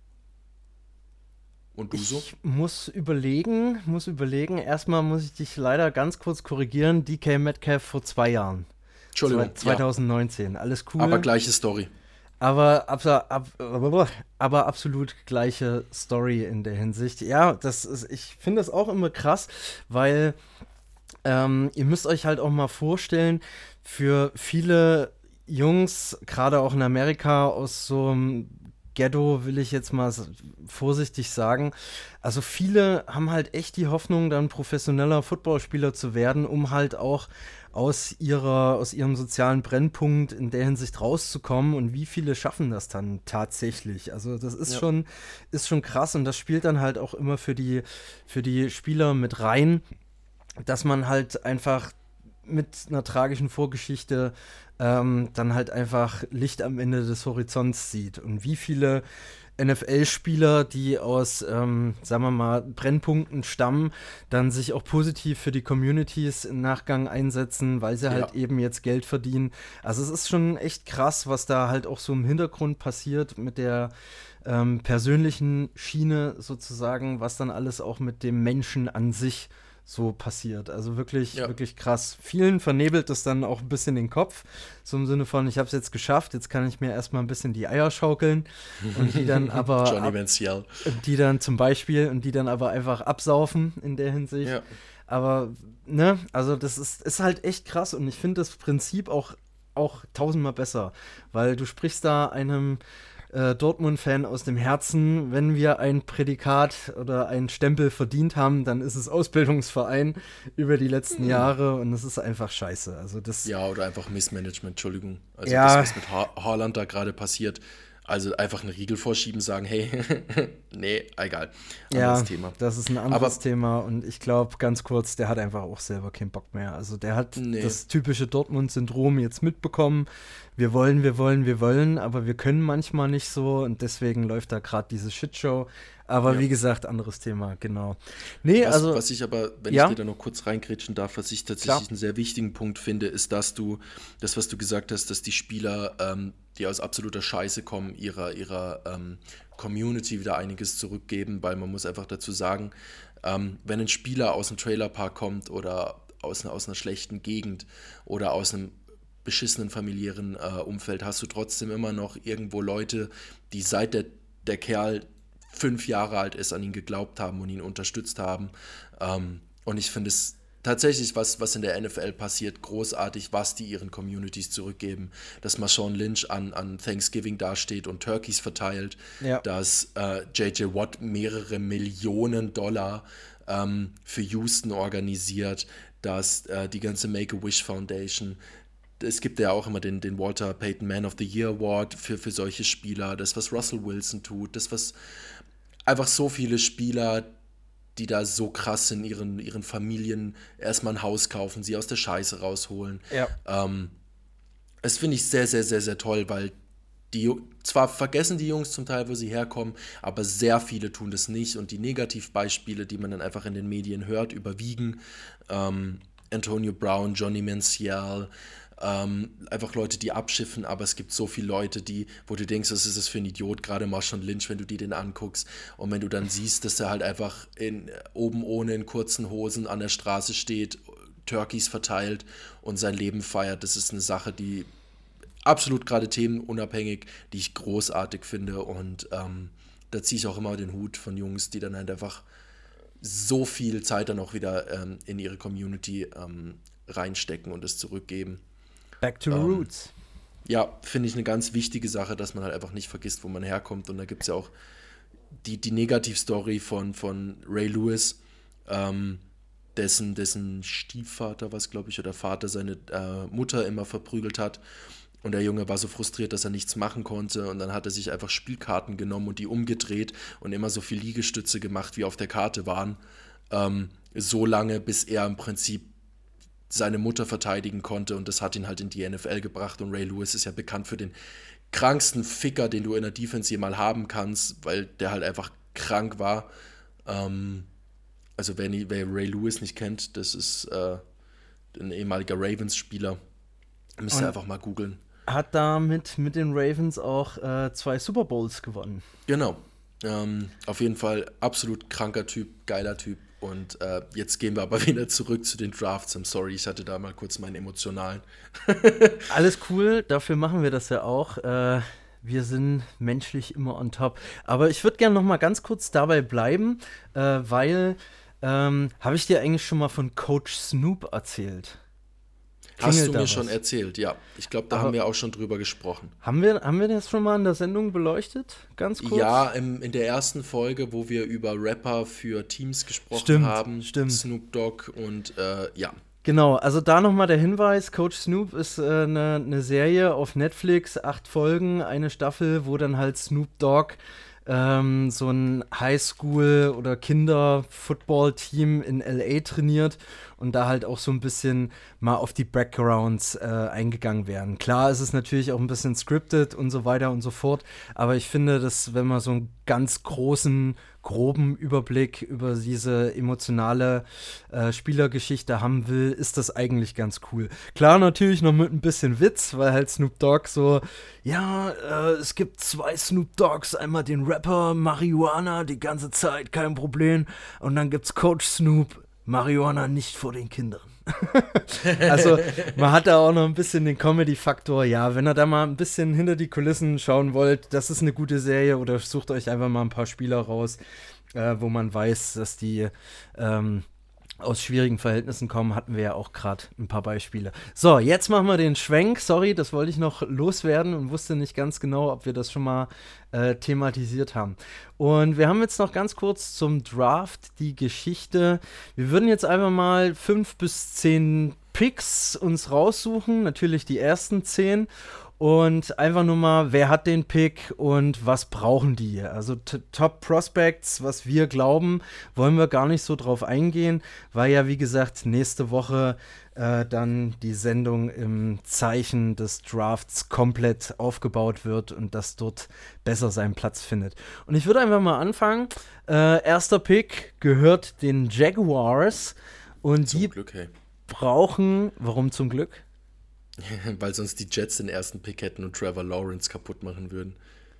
Und du so? Ich muss überlegen, muss überlegen. Erstmal muss ich dich leider ganz kurz korrigieren. D K Metcalf vor zwei Jahren. Entschuldigung. zwanzig neunzehn, ja. Alles cool. Aber gleiche Story. Aber, ab, ab, aber absolut gleiche Story in der Hinsicht. Ja, das ist, ich finde das auch immer krass, weil ähm, ihr müsst euch halt auch mal vorstellen, für viele Jungs, gerade auch in Amerika, aus so einem Ghetto, will ich jetzt mal vorsichtig sagen, also viele haben halt echt die Hoffnung, dann professioneller Footballspieler zu werden, um halt auch aus ihrer, aus ihrem sozialen Brennpunkt in der Hinsicht rauszukommen, und wie viele schaffen das dann tatsächlich? Also das ist ja. schon, ist schon krass, und das spielt dann halt auch immer für die, für die Spieler mit rein, dass man halt einfach mit einer tragischen Vorgeschichte ähm, dann halt einfach Licht am Ende des Horizonts sieht. Und wie viele N F L-Spieler, die aus, ähm, sagen wir mal, Brennpunkten stammen, dann sich auch positiv für die Communities im Nachgang einsetzen, weil sie ja. halt eben jetzt Geld verdienen. Also es ist schon echt krass, was da halt auch so im Hintergrund passiert mit der ähm, persönlichen Schiene sozusagen, was dann alles auch mit dem Menschen an sich so passiert. Also wirklich, ja. wirklich krass. Vielen vernebelt das dann auch ein bisschen den Kopf, so im Sinne von, ich habe es jetzt geschafft, jetzt kann ich mir erstmal ein bisschen die Eier schaukeln und die dann aber Johnny Manziel. Die dann zum Beispiel und die dann aber einfach absaufen in der Hinsicht. Ja. Aber, ne, also das ist, ist halt echt krass, und ich finde das Prinzip auch, auch tausendmal besser, weil du sprichst da einem Äh, Dortmund-Fan aus dem Herzen. Wenn wir ein Prädikat oder einen Stempel verdient haben, dann ist es Ausbildungsverein über die letzten mhm. Jahre, und das ist einfach scheiße. Also das ja, oder einfach Missmanagement, Entschuldigung. Also ja. das, was mit ha- Haaland da gerade passiert, also einfach einen Riegel vorschieben, sagen, hey, nee, egal. Anderes ja, Thema. Das ist ein anderes Aber, Thema, und ich glaube, ganz kurz, der hat einfach auch selber keinen Bock mehr. Also der hat nee. das typische Dortmund-Syndrom jetzt mitbekommen. Wir wollen, wir wollen, wir wollen, aber wir können manchmal nicht so, und deswegen läuft da gerade diese Shitshow. Aber ja. wie gesagt, anderes Thema, genau. Nee, was, also, was ich aber, wenn ja? ich dir da noch kurz reingrätschen darf, was ich tatsächlich Klar. einen sehr wichtigen Punkt finde, ist, dass du, das, was du gesagt hast, dass die Spieler, ähm, die aus absoluter Scheiße kommen, ihrer, ihrer ähm, Community wieder einiges zurückgeben, weil man muss einfach dazu sagen, ähm, wenn ein Spieler aus einem Trailerpark kommt oder aus, aus einer schlechten Gegend oder aus einem beschissenen familiären äh, Umfeld, hast du trotzdem immer noch irgendwo Leute, die seit der, der Kerl fünf Jahre alt ist, an ihn geglaubt haben und ihn unterstützt haben. Ähm, und ich finde es tatsächlich, was, was in der N F L passiert, großartig, was die ihren Communities zurückgeben. Dass Marshawn Lynch an, an Thanksgiving dasteht und Turkeys verteilt, ja. dass äh, J J Watt mehrere Millionen Dollar ähm, für Houston organisiert, dass äh, die ganze Make-A-Wish Foundation, es gibt ja auch immer den, den Walter Payton Man of the Year Award für, für solche Spieler, das, was Russell Wilson tut, das, was einfach so viele Spieler, die da so krass in ihren, ihren Familien erstmal ein Haus kaufen, sie aus der Scheiße rausholen. Ja. Ähm, das finde ich sehr, sehr, sehr, sehr toll, weil die, zwar vergessen die Jungs zum Teil, wo sie herkommen, aber sehr viele tun das nicht, und die Negativbeispiele, die man dann einfach in den Medien hört, überwiegen. Ähm, Antonio Brown, Johnny Manziel, Ähm, einfach Leute, die abschiffen, aber es gibt so viele Leute, die, wo du denkst, was ist das für ein Idiot, gerade Marshawn Lynch, wenn du dir den anguckst, und wenn du dann siehst, dass er halt einfach in, oben ohne in kurzen Hosen an der Straße steht, Turkeys verteilt und sein Leben feiert, das ist eine Sache, die absolut gerade themenunabhängig, die ich großartig finde, und ähm, da ziehe ich auch immer den Hut von Jungs, die dann halt einfach so viel Zeit dann auch wieder ähm, in ihre Community ähm, reinstecken und es zurückgeben. Back to the ähm, roots. Ja, finde ich eine ganz wichtige Sache, dass man halt einfach nicht vergisst, wo man herkommt. Und da gibt es ja auch die, die Negativstory von, von Ray Lewis, ähm, dessen, dessen Stiefvater, was glaube ich, oder Vater seine äh, Mutter immer verprügelt hat. Und der Junge war so frustriert, dass er nichts machen konnte. Und dann hat er sich einfach Spielkarten genommen und die umgedreht und immer so viel Liegestütze gemacht, wie auf der Karte waren. Ähm, so lange, bis er im Prinzip seine Mutter verteidigen konnte, und das hat ihn halt in die N F L gebracht, und Ray Lewis ist ja bekannt für den kranksten Ficker, den du in der Defense mal haben kannst, weil der halt einfach krank war. Ähm, also wer, nie, wer Ray Lewis nicht kennt, das ist äh, ein ehemaliger Ravens-Spieler. Müsst ihr einfach mal googeln. Hat damit mit den Ravens auch äh, zwei Super Bowls gewonnen. Genau. Ähm, auf jeden Fall absolut kranker Typ, geiler Typ. Und äh, jetzt gehen wir aber wieder zurück zu den Drafts. I'm sorry, ich hatte da mal kurz meinen emotionalen. Alles cool, dafür machen wir das ja auch. Äh, wir sind menschlich immer on top. Aber ich würde gerne noch mal ganz kurz dabei bleiben, äh, weil ähm, habe ich dir eigentlich schon mal von Coach Snoop erzählt? Hast Klingelt du da mir was? schon erzählt, ja. Ich glaube, da Aber haben wir auch schon drüber gesprochen. Haben wir, haben wir das schon mal in der Sendung beleuchtet? Ganz kurz? Ja, im, in der ersten Folge, wo wir über Rapper für Teams gesprochen Stimmt, haben. stimmt. Snoop Dogg und äh, ja. Genau, also da nochmal der Hinweis, Coach Snoop ist eine äh, ne, ne Serie auf Netflix, acht Folgen, eine Staffel, wo dann halt Snoop Dogg ähm, so ein Highschool- oder Kinder-Football-Team in L A trainiert und da halt auch so ein bisschen mal auf die Backgrounds äh, eingegangen werden. Klar ist es natürlich auch ein bisschen scripted und so weiter und so fort, aber ich finde, dass wenn man so einen ganz großen, groben Überblick über diese emotionale äh, Spielergeschichte haben will, ist das eigentlich ganz cool. Klar, natürlich noch mit ein bisschen Witz, weil halt Snoop Dogg so, ja, äh, es gibt zwei Snoop Doggs, einmal den Rapper Marihuana die ganze Zeit, kein Problem, und dann gibt's Coach Snoop, Marihuana nicht vor den Kindern. Also man hat da auch noch ein bisschen den Comedy-Faktor. Ja, wenn ihr da mal ein bisschen hinter die Kulissen schauen wollt, das ist eine gute Serie, oder sucht euch einfach mal ein paar Spieler raus, äh, wo man weiß, dass die ähm, aus schwierigen Verhältnissen kommen, hatten wir ja auch gerade ein paar Beispiele. So, jetzt machen wir den Schwenk. Sorry, das wollte ich noch loswerden und wusste nicht ganz genau, ob wir das schon mal äh, thematisiert haben. Und wir haben jetzt noch ganz kurz zum Draft die Geschichte. Wir würden jetzt einfach mal fünf bis zehn Picks uns raussuchen, natürlich die ersten zehn. Und einfach nur mal, wer hat den Pick und was brauchen die? Also t- Top Prospects, was wir glauben, wollen wir gar nicht so drauf eingehen, weil ja, wie gesagt, nächste Woche äh, dann die Sendung im Zeichen des Drafts komplett aufgebaut wird und das dort besser seinen Platz findet. Und ich würde einfach mal anfangen. Äh, erster Pick gehört den Jaguars und Zum die Glück, hey. brauchen, warum zum Glück? Weil sonst die Jets den ersten Pick hätten und Trevor Lawrence kaputt machen würden.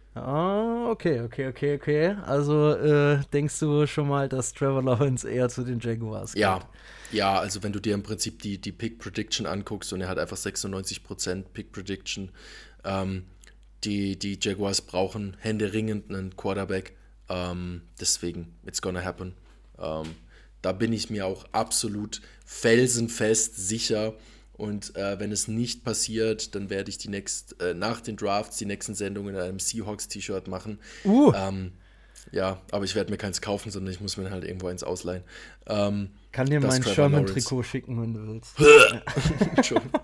Ah, okay, okay, okay, okay. Also äh, denkst du schon mal, dass Trevor Lawrence eher zu den Jaguars geht? Ja, ja, also wenn du dir im Prinzip die, die Pick Prediction anguckst und er hat einfach sechsundneunzig Prozent Pick Prediction, ähm, die, die Jaguars brauchen händeringend einen Quarterback, ähm, deswegen, it's gonna happen. Ähm, da bin ich mir auch absolut felsenfest sicher. Und äh, wenn es nicht passiert, dann werde ich die nächst, äh, nach den Drafts die nächsten Sendungen in einem Seahawks-T-Shirt machen. Uh. Ähm, ja, aber ich werde mir keins kaufen, sondern ich muss mir halt irgendwo eins ausleihen. Ähm, Kann dir das mein Trevor Sherman-Trikot schicken, wenn du willst. Entschuldigung.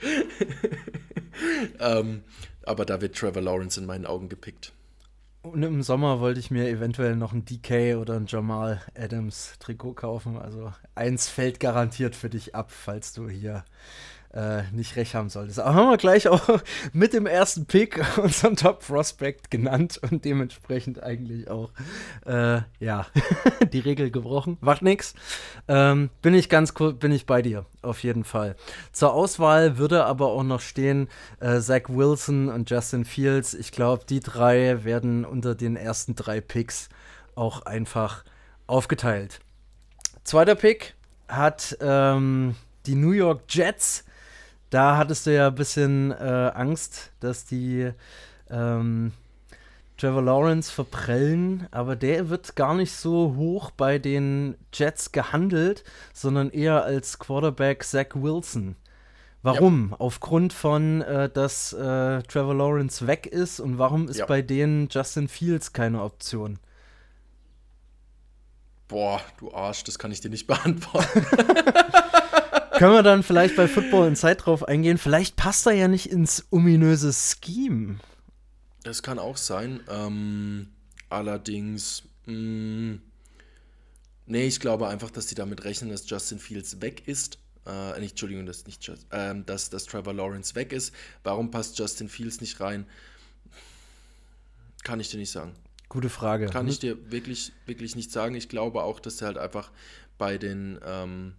ähm, aber da wird Trevor Lawrence in meinen Augen gepickt. Und im Sommer wollte ich mir eventuell noch ein D K oder ein Jamal Adams Trikot kaufen. Also eins fällt garantiert für dich ab, falls du hier äh, nicht recht haben solltest. Aber haben wir gleich auch mit dem ersten Pick unseren Top Prospect genannt und dementsprechend eigentlich auch, äh, ja, die Regel gebrochen. Macht nix. Ähm, bin ich ganz cool, bin ich bei dir, auf jeden Fall. Zur Auswahl würde aber auch noch stehen äh, Zach Wilson und Justin Fields. Ich glaube, die drei werden unter den ersten drei Picks auch einfach aufgeteilt. Zweiter Pick hat ähm, die New York Jets. Da hattest du ja ein bisschen äh, Angst, dass die ähm, Trevor Lawrence verprellen, aber der wird gar nicht so hoch bei den Jets gehandelt, sondern eher als Quarterback Zach Wilson. Warum? Ja. Aufgrund von, äh, dass äh, Trevor Lawrence weg ist, und warum ist ja. bei denen Justin Fields keine Option? Boah, du Arsch, das kann ich dir nicht beantworten. Können wir dann vielleicht bei Football Insight drauf eingehen? Vielleicht passt er ja nicht ins ominöse Scheme. Das kann auch sein. Ähm, allerdings, mh, nee, ich glaube einfach, dass die damit rechnen, dass Justin Fields weg ist. Äh, nicht, Entschuldigung, dass, nicht, äh, dass, dass Trevor Lawrence weg ist. Warum passt Justin Fields nicht rein? Kann ich dir nicht sagen. Gute Frage. Kann ich dir wirklich, wirklich nicht sagen. Ich glaube auch, dass er halt einfach bei den ähm,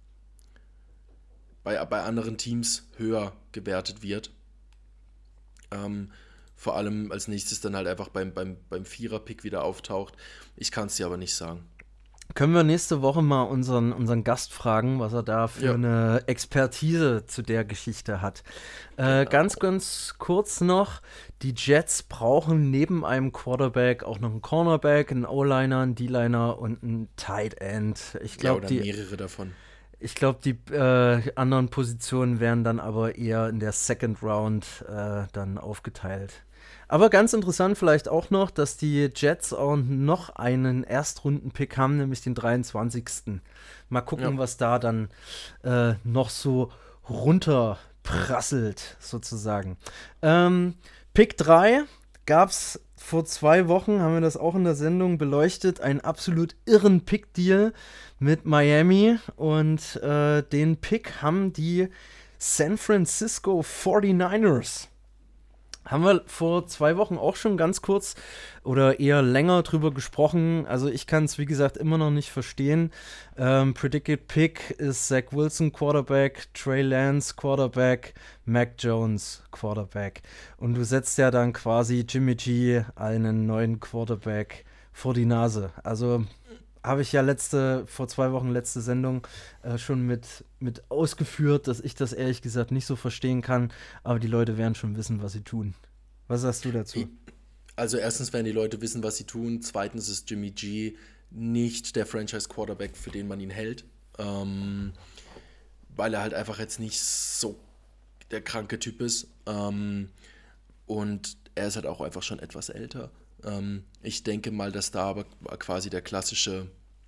bei, bei anderen Teams höher gewertet wird. Ähm, vor allem als nächstes dann halt einfach beim, beim, beim Vierer-Pick wieder auftaucht. Ich kann es dir aber nicht sagen. Können wir nächste Woche mal unseren, unseren Gast fragen, was er da für ja. eine Expertise zu der Geschichte hat. Äh, genau. Ganz, ganz kurz noch, die Jets brauchen neben einem Quarterback auch noch einen Cornerback, einen O-Liner, einen D-Liner und einen Tight End. Ich glaub, ja, oder die, mehrere davon. Ich glaube, die äh, anderen Positionen werden dann aber eher in der Second Round äh, dann aufgeteilt. Aber ganz interessant vielleicht auch noch, dass die Jets auch noch einen Erstrunden-Pick haben, nämlich den dreiundzwanzigsten Mal gucken, ja. was da dann äh, noch so runterprasselt, sozusagen. Ähm, Pick drei gab es vor zwei Wochen, haben wir das auch in der Sendung beleuchtet, einen absolut irren Pick-Deal mit Miami. Und äh, den Pick haben die San Francisco forty-niners. Haben wir vor zwei Wochen auch schon ganz kurz oder eher länger drüber gesprochen. Also ich kann es, wie gesagt, immer noch nicht verstehen. Ähm, Predicted Pick ist Zach Wilson Quarterback, Trey Lance Quarterback, Mac Jones Quarterback. Und du setzt ja dann quasi Jimmy G einen neuen Quarterback vor die Nase. Also habe ich ja letzte, vor zwei Wochen letzte Sendung äh, schon mit, mit ausgeführt, dass ich das ehrlich gesagt nicht so verstehen kann, aber die Leute werden schon wissen, was sie tun. Was sagst du dazu? Also erstens werden die Leute wissen, was sie tun, zweitens ist Jimmy G nicht der Franchise-Quarterback, für den man ihn hält, ähm, weil er halt einfach jetzt nicht so der kranke Typ ist ähm, und er ist halt auch einfach schon etwas älter. Ähm, ich denke mal, dass da aber quasi der klassische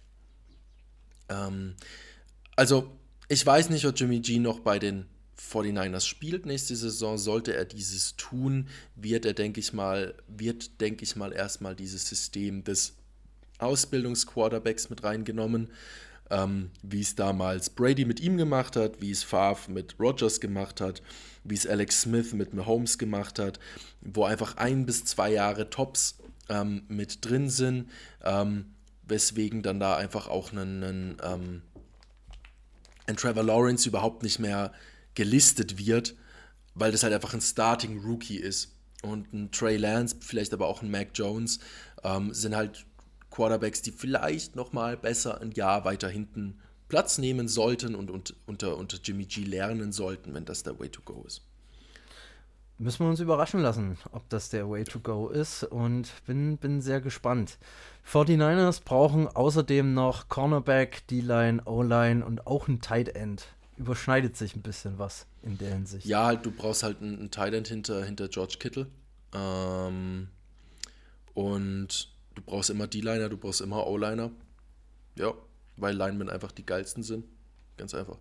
ähm, also ich weiß nicht, ob Jimmy G noch bei den forty-niners spielt nächste Saison. Sollte er dieses tun, wird er, denke ich mal, wird, denke ich mal, erstmal dieses System des Ausbildungsquarterbacks mit reingenommen, ähm, wie es damals Brady mit ihm gemacht hat, wie es Favre mit Rodgers gemacht hat, wie es Alex Smith mit Mahomes gemacht hat, wo einfach ein bis zwei Jahre Tops ähm, mit drin sind, ähm, weswegen dann da einfach auch ein, ein, ähm, ein Trevor Lawrence überhaupt nicht mehr gelistet wird, weil das halt einfach ein Starting Rookie ist. Und ein Trey Lance, vielleicht aber auch ein Mac Jones, ähm, sind halt Quarterbacks, die vielleicht nochmal besser ein Jahr weiter hinten Platz nehmen sollten und, und unter, unter Jimmy G lernen sollten, wenn das der Way to go ist. Müssen wir uns überraschen lassen, ob das der Way to go ist, und bin, bin sehr gespannt. forty-niners brauchen außerdem noch Cornerback, D-Line, O-Line und auch ein Tight End. Überschneidet sich ein bisschen was in der Hinsicht. Ja, halt, du brauchst halt einen, einen Tight End hinter, hinter George Kittle. Ähm, und du brauchst immer D-Liner, du brauchst immer O-Liner. Ja, weil Linemen einfach die geilsten sind. Ganz einfach.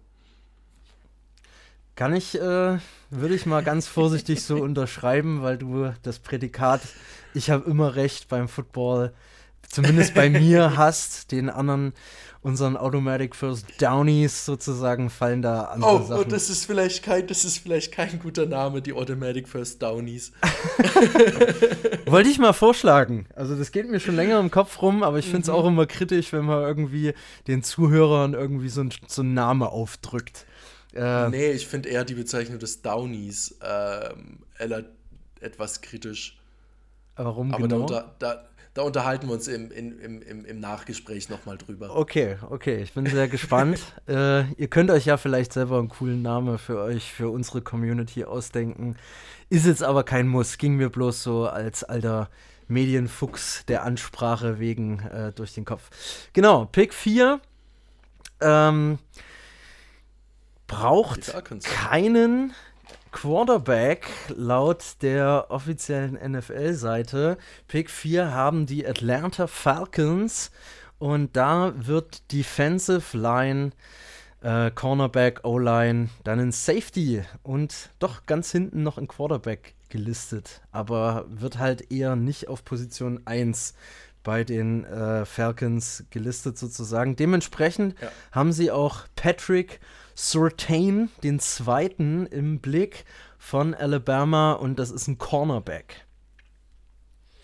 Kann ich, äh, würde ich mal ganz vorsichtig so unterschreiben, weil du das Prädikat, ich habe immer recht beim Football, zumindest bei mir hast, den anderen, unseren Automatic First Downies sozusagen, fallen da andere oh, Sachen. Oh, das ist vielleicht kein, das ist vielleicht kein guter Name, die Automatic First Downies. Wollte ich mal vorschlagen. Also das geht mir schon länger im Kopf rum, aber ich finde es mhm. auch immer kritisch, wenn man irgendwie den Zuhörern irgendwie so ein, so ein Name aufdrückt. Äh, nee, ich finde eher die Bezeichnung des Downies ähm, etwas kritisch. Warum aber genau? Da, unter, da, da unterhalten wir uns im, im, im, im Nachgespräch nochmal drüber. Okay, okay, ich bin sehr gespannt. äh, ihr könnt euch ja vielleicht selber einen coolen Namen für euch, für unsere Community ausdenken. Ist jetzt aber kein Muss, ging mir bloß so als alter Medienfuchs der Ansprache wegen äh, durch den Kopf. Genau, Pick vier. Ähm, braucht keinen Quarterback laut der offiziellen N F L-Seite. Pick vier haben die Atlanta Falcons und da wird Defensive Line, äh, Cornerback, O-Line, dann ein Safety und doch ganz hinten noch ein Quarterback gelistet, aber wird halt eher nicht auf Position eins bei den äh, Falcons gelistet sozusagen. Dementsprechend ja. haben sie auch Patrick Surtain, den zweiten, im Blick von Alabama, und das ist ein Cornerback.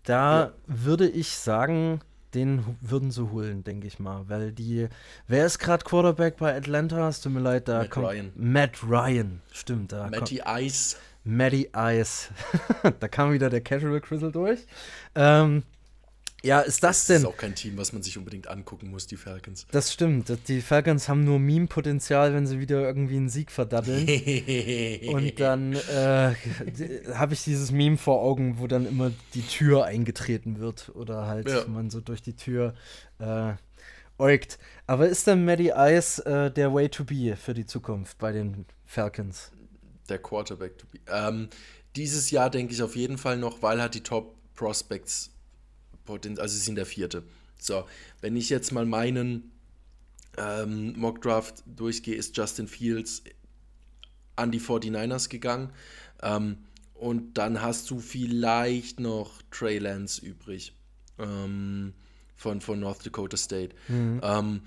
da Ja. würde ich sagen, den hu- würden sie holen, denke ich mal. Weil die, wer ist gerade Quarterback bei Atlanta? Es tut mir leid, da Matt kommt Ryan. Matt Ryan, stimmt. Da Matty Ice. kommt Matty Ice. Da kam wieder der Casual Grizzle durch. Ähm, ja, ist das Das denn? ist auch kein Team, was man sich unbedingt angucken muss, die Falcons. Das stimmt. das- Die Falcons haben nur Meme-Potenzial, wenn sie wieder irgendwie einen Sieg verdaddeln. Und dann äh, habe ich dieses Meme vor Augen, wo dann immer die Tür eingetreten wird oder halt Ja. man so durch die Tür äh, äugt. Aber ist dann Matty Ice äh, der Way to be für die Zukunft bei den Falcons? Der Quarterback. To be. Ähm, dieses Jahr denke ich auf jeden Fall noch, weil halt die Top Prospects, poten- also sie sind der vierte. So, wenn ich jetzt mal meinen ähm, Mockdraft durchgehe, ist Justin Fields an die forty-niners gegangen. Ähm, und dann hast du vielleicht noch Trey Lance übrig ähm, von, von North Dakota State. Ähm,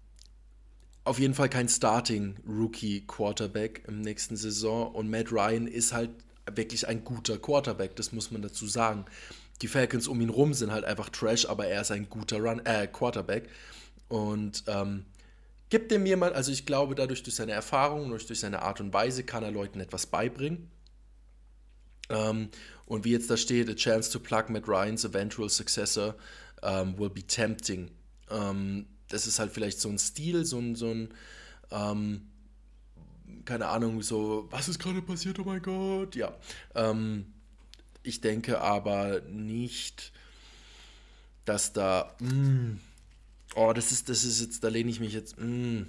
auf jeden Fall kein Starting-Rookie-Quarterback im nächsten Saison. Und Matt Ryan ist halt wirklich ein guter Quarterback, das muss man dazu sagen. Die Falcons um ihn rum sind halt einfach Trash, aber er ist ein guter Run äh, Quarterback. Und ähm, gibt dem jemand, also ich glaube, dadurch durch seine Erfahrung, durch, durch seine Art und Weise kann er Leuten etwas beibringen. Ähm, und wie jetzt da steht, a chance to plug Matt Ryan's eventual successor um, will be tempting. Ähm, das ist halt vielleicht so ein Stil, so ein, so ein ähm, keine Ahnung, so, was ist gerade passiert, oh mein Gott, ja. Ähm, ich denke aber nicht, dass da, mm, oh, das ist, das ist jetzt, da lehne ich mich jetzt, mm.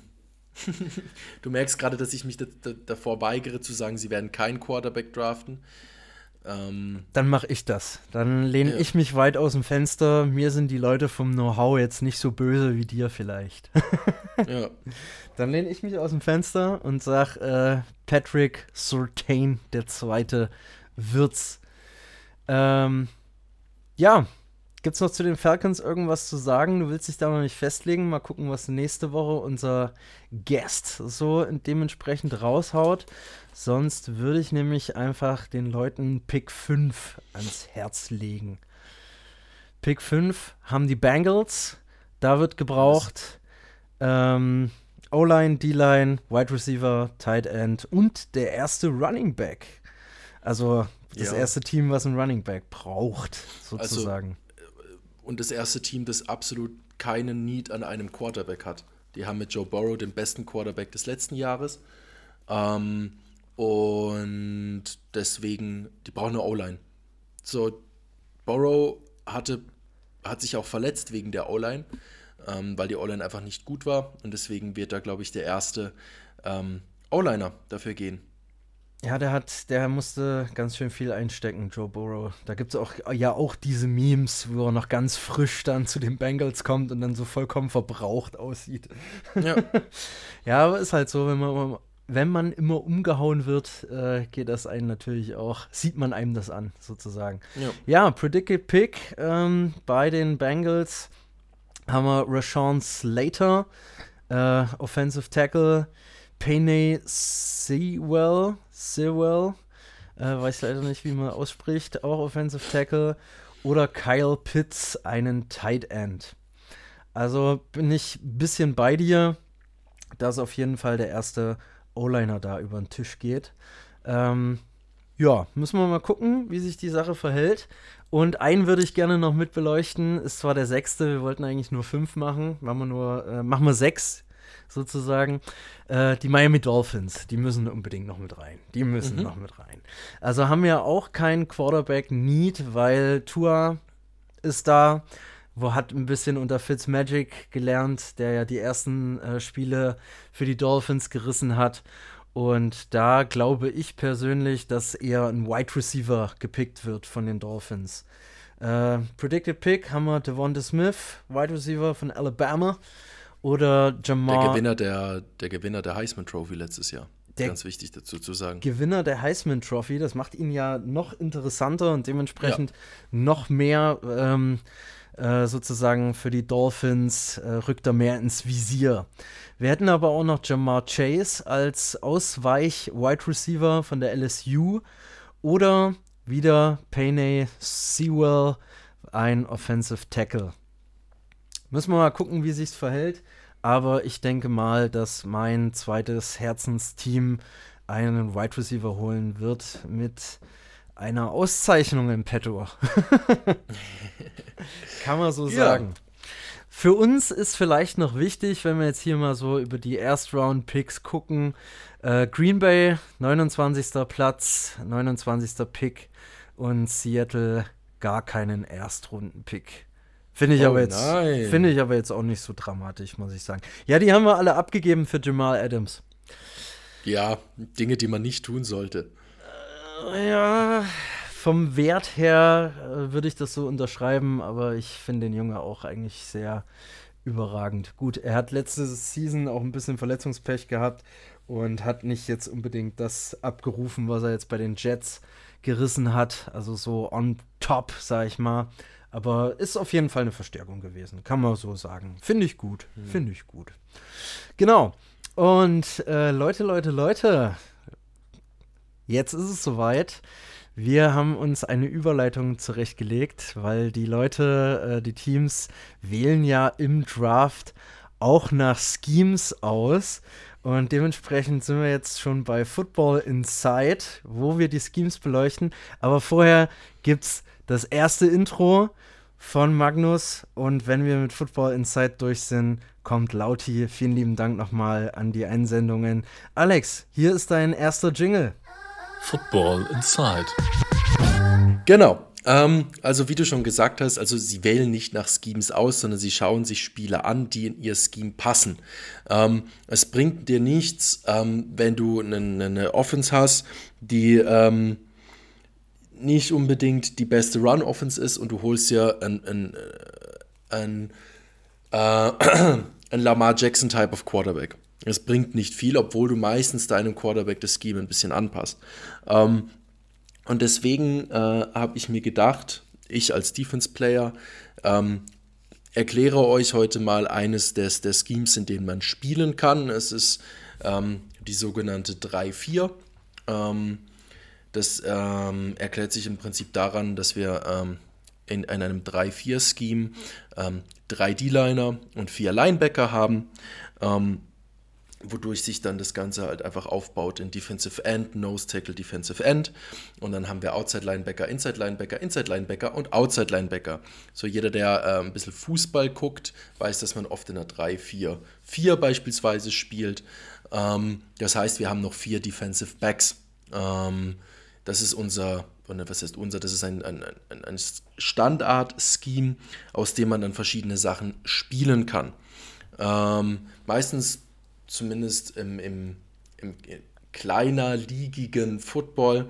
Du merkst gerade, dass ich mich da, da, davor weigere zu sagen, sie werden keinen Quarterback draften. Ähm, Dann mache ich das. Dann lehne Ja. ich mich weit aus dem Fenster. Mir sind die Leute vom Know-how jetzt nicht so böse wie dir vielleicht. ja. Dann lehne ich mich aus dem Fenster und sag, äh, Patrick Surtain, der Zweite, wird's. Ähm, ja, gibt's noch zu den Falcons irgendwas zu sagen? Du willst dich da noch nicht festlegen. Mal gucken, was nächste Woche unser Guest so dementsprechend raushaut. Sonst würde ich nämlich einfach den Leuten Pick fünf ans Herz legen. Pick fünf haben die Bengals. Da wird gebraucht ähm, O-Line, D-Line, Wide Receiver, Tight End und der erste Running Back. Also das Ja. erste Team, was einen Running Back braucht, sozusagen. Und das erste Team, das absolut keinen Need an einem Quarterback hat. Die haben mit Joe Burrow den besten Quarterback des letzten Jahres. Ähm, und deswegen, die brauchen eine O-Line. So, Burrow hatte, hat sich auch verletzt wegen der O-Line, ähm, weil die O-Line einfach nicht gut war. Und deswegen wird da, glaube ich, der erste ähm, O-Liner dafür gehen. Ja, der hat, der musste ganz schön viel einstecken, Joe Burrow. Da gibt es auch ja auch diese Memes, wo er noch ganz frisch dann zu den Bengals kommt und dann so vollkommen verbraucht aussieht. Ja, Ja, aber ist halt so, wenn man, wenn man immer umgehauen wird, äh, geht das einen natürlich auch, sieht man einem das an, sozusagen. ja. Ja, Predicted Pick ähm, bei den Bengals haben wir Rashawn Slater, äh, Offensive Tackle, Penny Sewell, Sewell, äh, weiß leider nicht, wie man ausspricht, auch Offensive Tackle, oder Kyle Pitts, einen Tight End. Also bin ich ein bisschen bei dir, dass auf jeden Fall der erste O-Liner da über den Tisch geht. Ähm, ja, müssen wir mal gucken, wie sich die Sache verhält. Und einen würde ich gerne noch mit beleuchten, ist zwar der sechste, wir wollten eigentlich nur fünf machen, machen wir nur, äh, machen wir sechs sozusagen. Äh, die Miami Dolphins, die müssen unbedingt noch mit rein. Die müssen Mhm. noch mit rein. Also haben wir auch keinen Quarterback-Need, weil Tua ist da, wo hat ein bisschen unter Fitzmagic gelernt, der ja die ersten äh, Spiele für die Dolphins gerissen hat. Und da glaube ich persönlich, dass eher ein Wide Receiver gepickt wird von den Dolphins. Äh, Predicted Pick haben wir Devonta Smith, Wide Receiver von Alabama. Oder Jamar. Der Gewinner der, der Gewinner der Heisman Trophy letztes Jahr. Der Ganz wichtig dazu zu sagen. Gewinner der Heisman Trophy. Das macht ihn ja noch interessanter und dementsprechend noch mehr ähm, äh, sozusagen für die Dolphins äh, rückt er mehr ins Visier. Wir hätten aber auch noch Jamar Chase als Ausweich-Wide Receiver von der L S U oder wieder Penny Sewell, ein Offensive Tackle. Müssen wir mal gucken, wie sich's verhält. Aber ich denke mal, dass mein zweites Herzensteam einen Wide Receiver holen wird mit einer Auszeichnung im Petto. Kann man so ja. sagen. Für uns ist vielleicht noch wichtig, wenn wir jetzt hier mal so über die Erst-Round-Picks gucken, äh, Green Bay, neunundzwanzigster Platz, neunundzwanzigster Pick und Seattle gar keinen Erstrunden-Pick. Finde ich, oh, aber jetzt, finde ich aber jetzt auch nicht so dramatisch, muss ich sagen. Ja, die haben wir alle abgegeben für Jamal Adams. Ja, Dinge, die man nicht tun sollte. Äh, ja, vom Wert her äh, würde ich das so unterschreiben, aber ich finde den Junge auch eigentlich sehr überragend. Gut, er hat letzte Season auch ein bisschen Verletzungspech gehabt und hat nicht jetzt unbedingt das abgerufen, was er jetzt bei den Jets gerissen hat. Also so on top, sag ich mal. Aber ist auf jeden Fall eine Verstärkung gewesen, kann man so sagen. Finde ich gut, mhm. finde ich gut. Genau. Und äh, Leute, Leute, Leute, jetzt ist es soweit. Wir haben uns eine Überleitung zurechtgelegt, weil die Leute, äh, die Teams wählen ja im Draft auch nach Schemes aus. Und dementsprechend sind wir jetzt schon bei Football Inside, wo wir die Schemes beleuchten. Aber vorher gibt's das erste Intro von Magnus. Und wenn wir mit Football Inside durch sind, kommt Lauti. Vielen lieben Dank nochmal an die Einsendungen. Alex, hier ist dein erster Jingle. Football Inside. Genau. Ähm, also wie du schon gesagt hast, also sie wählen nicht nach Schemes aus, sondern sie schauen sich Spieler an, die in ihr Scheme passen. Ähm, es bringt dir nichts, ähm, wenn du eine, eine Offense hast, die ähm, nicht unbedingt die beste Run-Offense ist und du holst ja ein, ein, ein, äh, ein Lamar Jackson-Type of Quarterback. Es bringt nicht viel, obwohl du meistens deinem Quarterback das Scheme ein bisschen anpasst. Ähm, und deswegen äh, habe ich mir gedacht, ich als Defense-Player ähm, erkläre euch heute mal eines des, der Schemes, in denen man spielen kann. Es ist ähm, die sogenannte drei vier. Ähm, das ähm, erklärt sich im Prinzip daran, dass wir ähm, in, in einem drei vier Scheme ähm, drei D-Liner und vier Linebacker haben. Ähm, wodurch sich dann das Ganze halt einfach aufbaut in Defensive End, Nose Tackle, Defensive End. Und dann haben wir Outside Linebacker, Inside Linebacker, Inside Linebacker und Outside Linebacker. So jeder, der äh, ein bisschen Fußball guckt, weiß, dass man oft in einer drei vier vier beispielsweise spielt. Ähm, das heißt, wir haben noch vier Defensive Backs. Ähm, das ist unser, was heißt unser, das ist ein, ein, ein, ein Standard-Scheme, aus dem man dann verschiedene Sachen spielen kann. Ähm, meistens zumindest im, im, im kleiner, ligigen Football,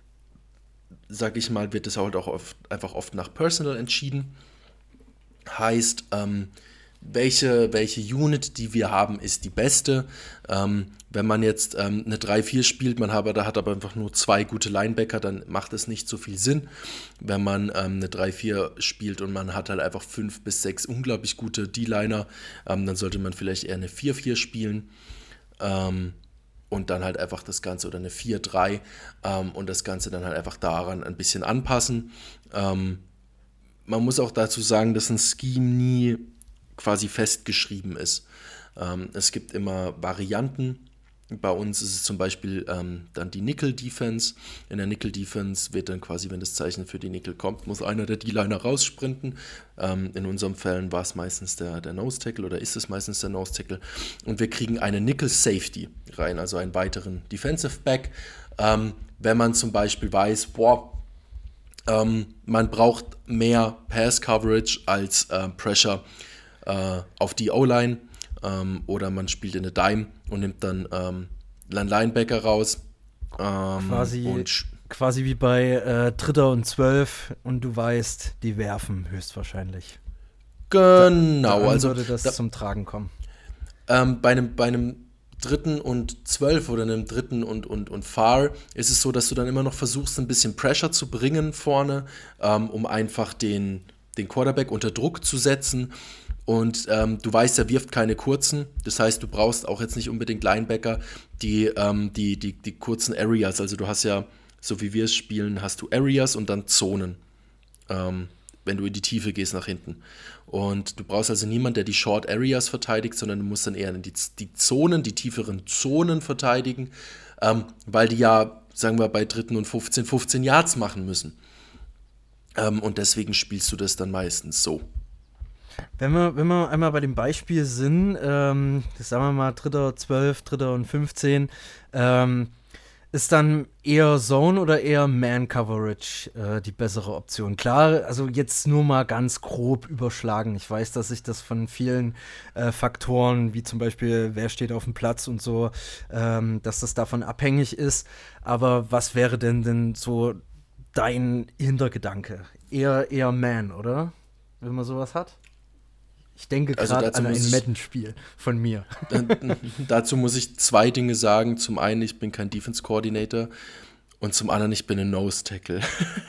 sag ich mal, wird es halt auch oft, einfach oft nach Personal entschieden. Heißt, ähm, welche, welche Unit, die wir haben, ist die beste. Ähm, wenn man jetzt ähm, eine drei vier spielt, man hat, da hat aber einfach nur zwei gute Linebacker, dann macht es nicht so viel Sinn. Wenn man ähm, eine drei vier spielt und man hat halt einfach fünf bis sechs unglaublich gute D-Liner, ähm, dann sollte man vielleicht eher eine vier vier spielen ähm, und dann halt einfach das Ganze, oder eine vier drei ähm, und das Ganze dann halt einfach daran ein bisschen anpassen. Ähm, man muss auch dazu sagen, dass ein Scheme nie quasi festgeschrieben ist. Ähm, es gibt immer Varianten. Bei uns ist es zum Beispiel ähm, dann die Nickel-Defense. In der Nickel-Defense wird dann quasi, wenn das Zeichen für die Nickel kommt, muss einer der D-Liner raussprinten. Ähm, in unseren Fällen war es meistens der, der Nose-Tackle oder ist es meistens der Nose-Tackle. Und wir kriegen eine Nickel-Safety rein, also einen weiteren Defensive-Back. Ähm, wenn man zum Beispiel weiß, boah, ähm, man braucht mehr Pass-Coverage als äh, Pressure äh, auf die O-Line, ähm, oder man spielt in eine Dime und nimmt dann ähm, einen Linebacker raus. Ähm, quasi, und quasi wie bei äh, Dritter und Zwölf und du weißt, die werfen höchstwahrscheinlich. Genau, da, also würde das da, zum Tragen kommen. Ähm, bei einem, bei einem Dritten und Zwölf oder einem Dritten und, und, und Far ist es so, dass du dann immer noch versuchst, ein bisschen Pressure zu bringen vorne, ähm, um einfach den, den Quarterback unter Druck zu setzen. Und ähm, du weißt, er wirft keine kurzen. Das heißt, du brauchst auch jetzt nicht unbedingt Linebacker, die, ähm, die, die, die kurzen Areas. Also du hast ja, so wie wir es spielen, hast du Areas und dann Zonen. Ähm, wenn du in die Tiefe gehst nach hinten. Und du brauchst also niemanden, der die Short Areas verteidigt, sondern du musst dann eher die, die Zonen, die tieferen Zonen verteidigen, ähm, weil die ja, sagen wir, bei dritten und fünfzehn, fünfzehn Yards machen müssen. Ähm, und deswegen spielst du das dann meistens so. Wenn wir, wenn wir einmal bei dem Beispiel sind, ähm, sagen wir mal Dritter, zwölf, Dritter und fünfzehn, ähm, ist dann eher Zone oder eher Man-Coverage äh, die bessere Option? Klar, also jetzt nur mal ganz grob überschlagen. Ich weiß, dass sich das von vielen äh, Faktoren, wie zum Beispiel, wer steht auf dem Platz und so, ähm, dass das davon abhängig ist. Aber was wäre denn denn so dein Hintergedanke? Eher, eher Man, oder? Wenn man sowas hat? Ich denke gerade also an ein ich, Madden-Spiel von mir. Dazu muss ich zwei Dinge sagen. Zum einen, ich bin kein Defense-Coordinator und zum anderen, ich bin ein Nose-Tackle.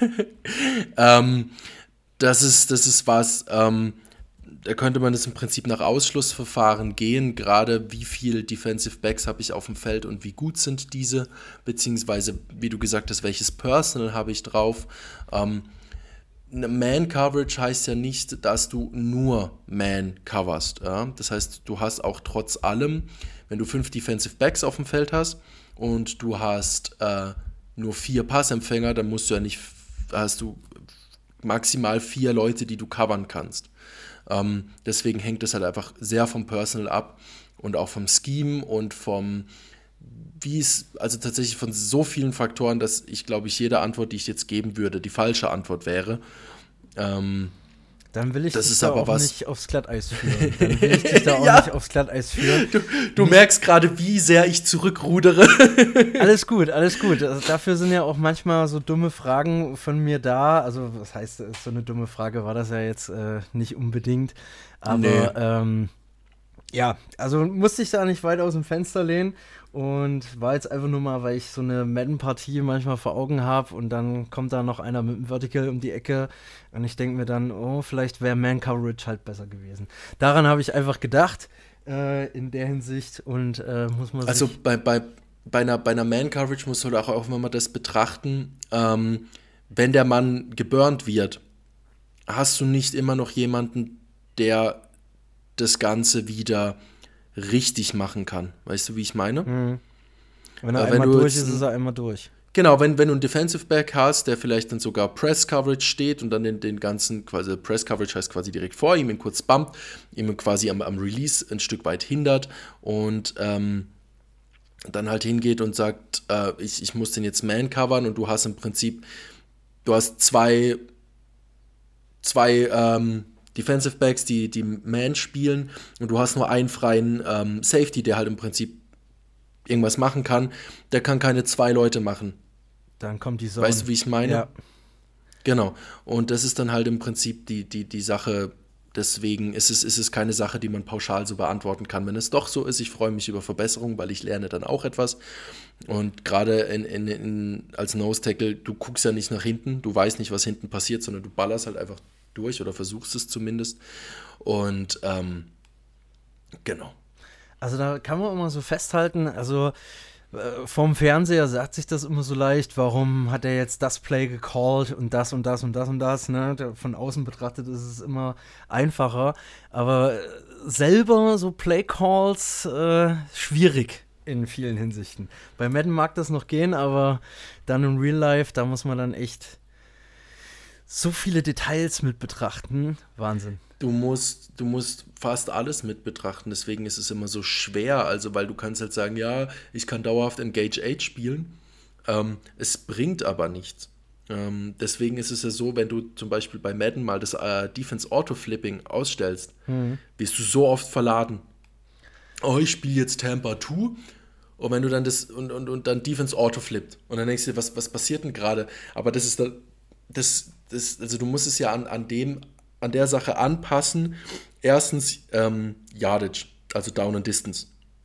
ähm, das, ist, das ist was, ähm, da könnte man das im Prinzip nach Ausschlussverfahren gehen, gerade wie viele Defensive Backs habe ich auf dem Feld und wie gut sind diese, beziehungsweise, wie du gesagt hast, welches Personal habe ich drauf. Ähm, Man-Coverage heißt ja nicht, dass du nur Man coverst. Ja? Das heißt, du hast auch trotz allem, wenn du fünf Defensive Backs auf dem Feld hast und du hast äh, nur vier Passempfänger, dann musst du ja nicht, hast du maximal vier Leute, die du covern kannst. Ähm, deswegen hängt es halt einfach sehr vom Personal ab und auch vom Scheme und vom wie es, also tatsächlich von so vielen Faktoren, dass ich, glaube ich, jede Antwort, die ich jetzt geben würde, die falsche Antwort wäre. Ähm, Dann will ich das dich ist da aber auch was nicht aufs Glatteis führen. Dann will ich dich da auch ja. nicht aufs Glatteis führen. Du, du merkst gerade, wie sehr ich zurückrudere. Alles gut, alles gut. Also dafür sind ja auch manchmal so dumme Fragen von mir da. Also was heißt, so eine dumme Frage war das ja jetzt äh, nicht unbedingt. Aber Nee. ähm, ja, also musste ich da nicht weit aus dem Fenster lehnen. Und war jetzt einfach nur mal, weil ich so eine Madden-Partie manchmal vor Augen habe und dann kommt da noch einer mit dem Vertical um die Ecke und ich denke mir dann, oh, vielleicht wäre Man-Coverage halt besser gewesen. Daran habe ich einfach gedacht, äh, in der Hinsicht und äh, muss man Also sich... bei, bei, bei einer, bei einer Man-Coverage muss man auch, auch wenn man das betrachten, ähm, wenn der Mann geburnt wird, hast du nicht immer noch jemanden, der das Ganze wieder richtig machen kann. Weißt du, wie ich meine? Mhm. Wenn er Äh, wenn einmal du durch jetzt- ist, ist er einmal durch. Genau, wenn, wenn du einen Defensive Back hast, der vielleicht dann sogar Press Coverage steht und dann den, den ganzen, quasi Press Coverage heißt quasi direkt vor ihm, ihn kurz bumpt, ihm quasi am, am Release ein Stück weit hindert und ähm, dann halt hingeht und sagt, äh, ich, ich muss den jetzt man covern und du hast im Prinzip, du hast zwei, zwei ähm, Defensive Backs, die, die Man spielen und du hast nur einen freien ähm, Safety, der halt im Prinzip irgendwas machen kann, der kann keine zwei Leute machen. Dann kommt die Sonne. Weißt du, wie ich meine? Ja. Genau. Und das ist dann halt im Prinzip die, die, die Sache, deswegen ist es, ist es keine Sache, die man pauschal so beantworten kann. Wenn es doch so ist, ich freue mich über Verbesserungen, weil ich lerne dann auch etwas. Und gerade in, in, in, als Nose-Tackle, du guckst ja nicht nach hinten, du weißt nicht, was hinten passiert, sondern du ballerst halt einfach durch oder versuchst es zumindest. Und ähm, genau. Also da kann man immer so festhalten, also äh, vom Fernseher sagt sich das immer so leicht, warum hat er jetzt das Play gecallt und das und das und das und das, ne? Da, von außen betrachtet ist es immer einfacher, aber äh, selber so Play-Calls äh, schwierig in vielen Hinsichten. Bei Madden mag das noch gehen, aber dann im Real Life, da muss man dann echt so viele Details mit betrachten. Wahnsinn. Du musst, du musst fast alles mit betrachten, deswegen ist es immer so schwer, also weil du kannst halt sagen, ja, ich kann dauerhaft Engage acht spielen, ähm, es bringt aber nichts. Ähm, deswegen ist es ja so, wenn du zum Beispiel bei Madden mal das äh, Defense Auto-Flipping ausstellst, mhm. wirst du so oft verladen. Oh, ich spiele jetzt Tampa zwei und wenn du dann das und, und, und dann Defense Auto-Flippt und dann denkst du dir, was, was passiert denn gerade? Aber das ist dann, das, das, also du musst es ja an, an dem an der Sache anpassen. Erstens ähm, Yardage, also Down and Distance.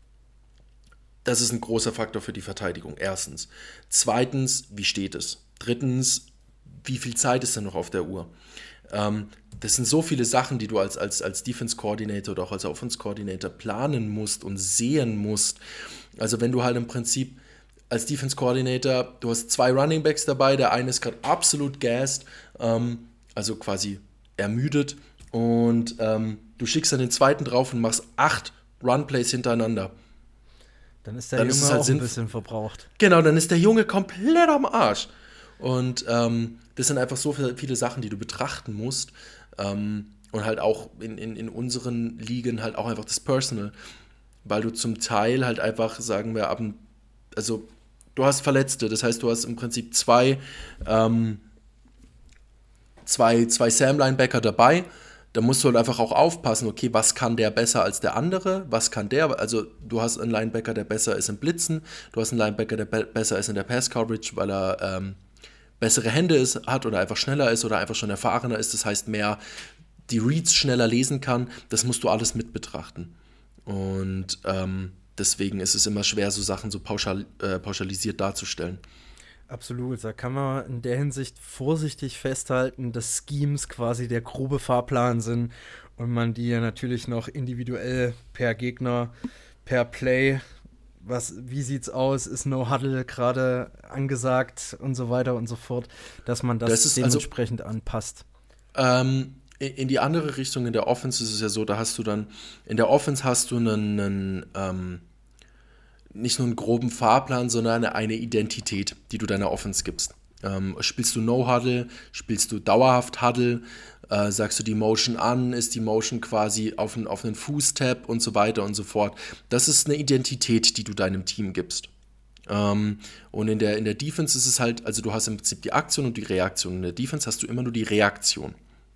Das ist ein großer Faktor für die Verteidigung. Erstens. Zweitens, wie steht es? Drittens, wie viel Zeit ist denn noch auf der Uhr? Ähm, das sind so viele Sachen, die du als, als, als Defense Coordinator oder auch als Offense Coordinator planen musst und sehen musst. Also wenn du halt im Prinzip als Defense Coordinator, du hast zwei Running Backs dabei, der eine ist gerade absolut gassed, ähm, also quasi ermüdet und ähm, du schickst dann den zweiten drauf und machst acht Runplays hintereinander. Dann ist der dann Junge ist es halt auch ein sinnf- bisschen verbraucht. Genau, dann ist der Junge komplett am Arsch. Und ähm, das sind einfach so viele Sachen, die du betrachten musst. Ähm, und halt auch in, in, in unseren Ligen halt auch einfach das Personal. Weil du zum Teil halt einfach, sagen wir, ab, also du hast Verletzte, das heißt, du hast im Prinzip zwei, ähm, zwei, zwei Sam-Linebacker dabei. Da musst du halt einfach auch aufpassen, okay, was kann der besser als der andere, was kann der, also du hast einen Linebacker, der besser ist im Blitzen, du hast einen Linebacker, der be- besser ist in der Pass-Coverage, weil er ähm, bessere Hände ist, hat oder einfach schneller ist oder einfach schon erfahrener ist, das heißt mehr die Reads schneller lesen kann, das musst du alles mit betrachten. Und ähm, deswegen ist es immer schwer, so Sachen so pauschal, äh, pauschalisiert darzustellen. Absolut, da kann man in der Hinsicht vorsichtig festhalten, dass Schemes quasi der grobe Fahrplan sind und man die ja natürlich noch individuell per Gegner, per Play, was, wie sieht's aus, ist No-Huddle gerade angesagt und so weiter und so fort, dass man das, Das ist dementsprechend also, anpasst. Ähm, in die andere Richtung, in der Offense ist es ja so, da hast du dann, in der Offense hast du einen, einen ähm, nicht nur einen groben Fahrplan, sondern eine Identität, die du deiner Offense gibst. Ähm, spielst du No-Huddle, spielst du dauerhaft Huddle, äh, sagst du die Motion an, ist die Motion quasi auf, ein, auf einen Fußtap und so weiter und so fort. Das ist eine Identität, die du deinem Team gibst. Ähm, und in der, in der Defense ist es halt, also du hast im Prinzip die Aktion und die Reaktion. In der Defense hast du immer nur die Reaktion.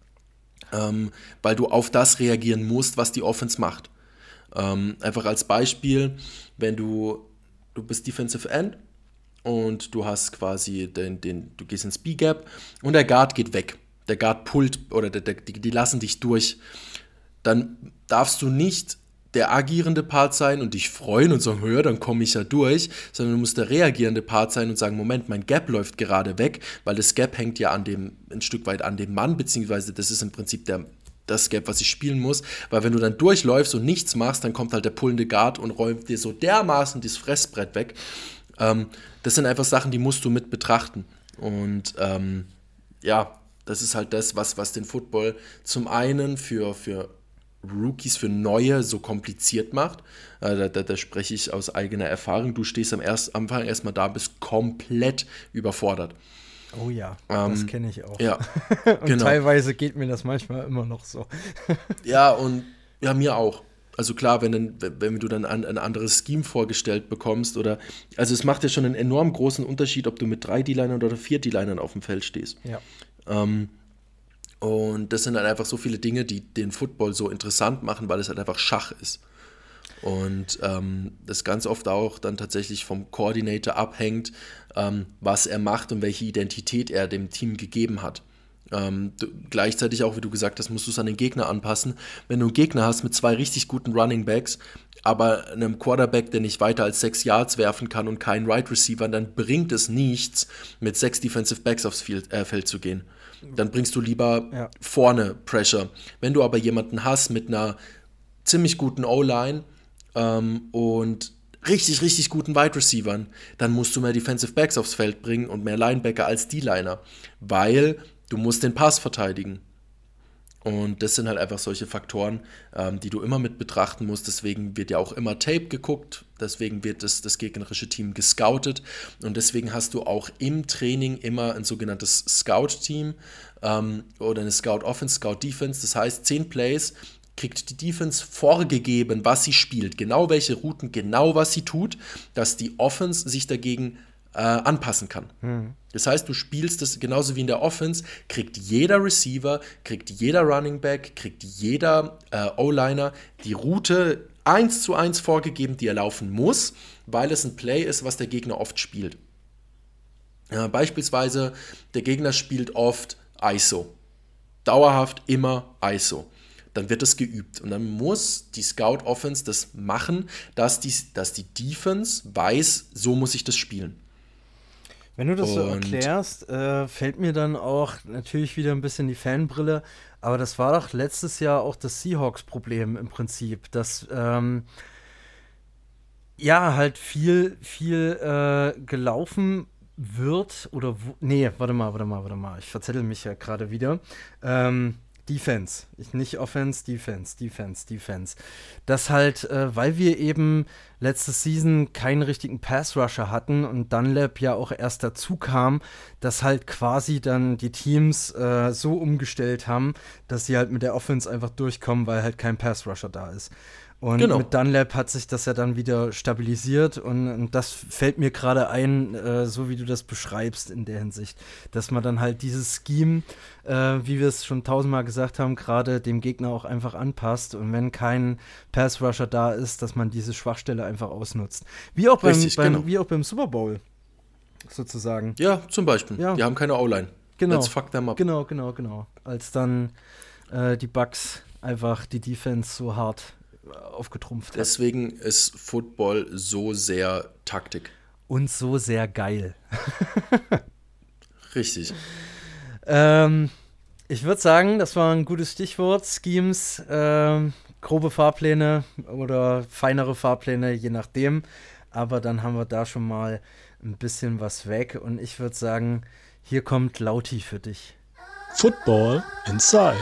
Ähm, weil du auf das reagieren musst, was die Offense macht. Ähm, einfach als Beispiel, wenn du, du bist Defensive End und du hast quasi den, den, du gehst ins B-Gap und der Guard geht weg. Der Guard pullt oder der, der, die, die lassen dich durch. Dann darfst du nicht der agierende Part sein und dich freuen und sagen, ja, dann komme ich ja durch, sondern du musst der reagierende Part sein und sagen, Moment, mein Gap läuft gerade weg, weil das Gap hängt ja an dem, ein Stück weit an dem Mann, beziehungsweise das ist im Prinzip der das Gap, was ich spielen muss, weil wenn du dann durchläufst und nichts machst, dann kommt halt der pullende Guard und räumt dir so dermaßen das Fressbrett weg. Ähm, das sind einfach Sachen, die musst du mit betrachten. Und ähm, ja, das ist halt das, was, was den Football zum einen für, für Rookies, für Neue so kompliziert macht. Äh, da, da, da spreche ich aus eigener Erfahrung. Du stehst am erst, Anfang erstmal da, bist komplett überfordert. Oh ja, ähm, das kenne ich auch. Ja, und genau. Teilweise geht mir das manchmal immer noch so. Ja, und ja, mir auch. Also klar, wenn, dann, wenn du dann ein, ein anderes Scheme vorgestellt bekommst oder, also es macht ja schon einen enorm großen Unterschied, ob du mit drei D-Linern oder vier D-Linern auf dem Feld stehst. Ja. Ähm, und das sind halt einfach so viele Dinge, die den Football so interessant machen, weil es halt einfach Schach ist. Und ähm, das ganz oft auch dann tatsächlich vom Coordinator abhängt, ähm, was er macht und welche Identität er dem Team gegeben hat. Ähm, du, gleichzeitig auch, wie du gesagt hast, musst du es an den Gegner anpassen. Wenn du einen Gegner hast mit zwei richtig guten Running Backs, aber einem Quarterback, der nicht weiter als sechs Yards werfen kann und keinen Right Receiver, dann bringt es nichts, mit sechs Defensive Backs aufs Field, äh, Feld zu gehen. Dann bringst du lieber ja. vorne Pressure. Wenn du aber jemanden hast mit einer ziemlich guten O-Line, Um, und richtig, richtig guten Wide Receivern, dann musst du mehr Defensive Backs aufs Feld bringen und mehr Linebacker als D-Liner, weil du musst den Pass verteidigen. Und das sind halt einfach solche Faktoren, ähm, die du immer mit betrachten musst. Deswegen wird ja auch immer Tape geguckt, deswegen wird das, das gegnerische Team gescoutet und deswegen hast du auch im Training immer ein sogenanntes Scout-Team ähm, oder eine Scout-Offense, Scout-Defense. Das heißt, zehn Plays kriegt die Defense vorgegeben, was sie spielt, genau welche Routen, genau was sie tut, dass die Offense sich dagegen äh, anpassen kann. Mhm. Das heißt, du spielst das genauso wie in der Offense, kriegt jeder Receiver, kriegt jeder Running Back, kriegt jeder äh, O-Liner die Route eins zu eins vorgegeben, die er laufen muss, weil es ein Play ist, was der Gegner oft spielt. Ja, beispielsweise, der Gegner spielt oft I S O. Dauerhaft immer I S O. Dann wird das geübt. Und dann muss die Scout-Offense das machen, dass die, dass die Defense weiß, so muss ich das spielen. Wenn du das Und so erklärst, äh, fällt mir dann auch natürlich wieder ein bisschen die Fanbrille, aber das war doch letztes Jahr auch das Seahawks-Problem im Prinzip, dass ähm, ja halt viel, viel äh, gelaufen wird oder, wo, nee, warte mal, warte mal, warte mal, ich verzettel mich ja gerade wieder, ähm, Defense. Ich, nicht Offense, Defense, Defense, Defense. Das halt, äh, weil wir eben letzte Season keinen richtigen Pass-Rusher hatten und Dunlap ja auch erst dazu kam, dass halt quasi dann die Teams äh, so umgestellt haben, dass sie halt mit der Offense einfach durchkommen, weil halt kein Pass-Rusher da ist. Und genau. mit Dunlap hat sich das ja dann wieder stabilisiert und, und das fällt mir gerade ein, äh, so wie du das beschreibst in der Hinsicht, dass man dann halt dieses Scheme, äh, wie wir es schon tausendmal gesagt haben, gerade dem Gegner auch einfach anpasst und wenn kein Pass-Rusher da ist, dass man diese Schwachstelle einfach ausnutzt. Wie auch beim, Richtig, beim, genau. wie auch beim Super Bowl sozusagen. Ja, zum Beispiel. Ja. Die haben keine O-Line. Genau. Let's fuck them up. Genau, genau, genau. Als dann äh, die Bucks einfach die Defense so hart aufgetrumpft hat. Deswegen ist Football so sehr Taktik. Und so sehr geil. Richtig. ähm, ich würde sagen, das war ein gutes Stichwort. Schemes, ähm, grobe Fahrpläne oder feinere Fahrpläne, je nachdem. Aber dann haben wir da schon mal ein bisschen was weg. Und ich würde sagen, hier kommt Lauti für dich. Football Inside.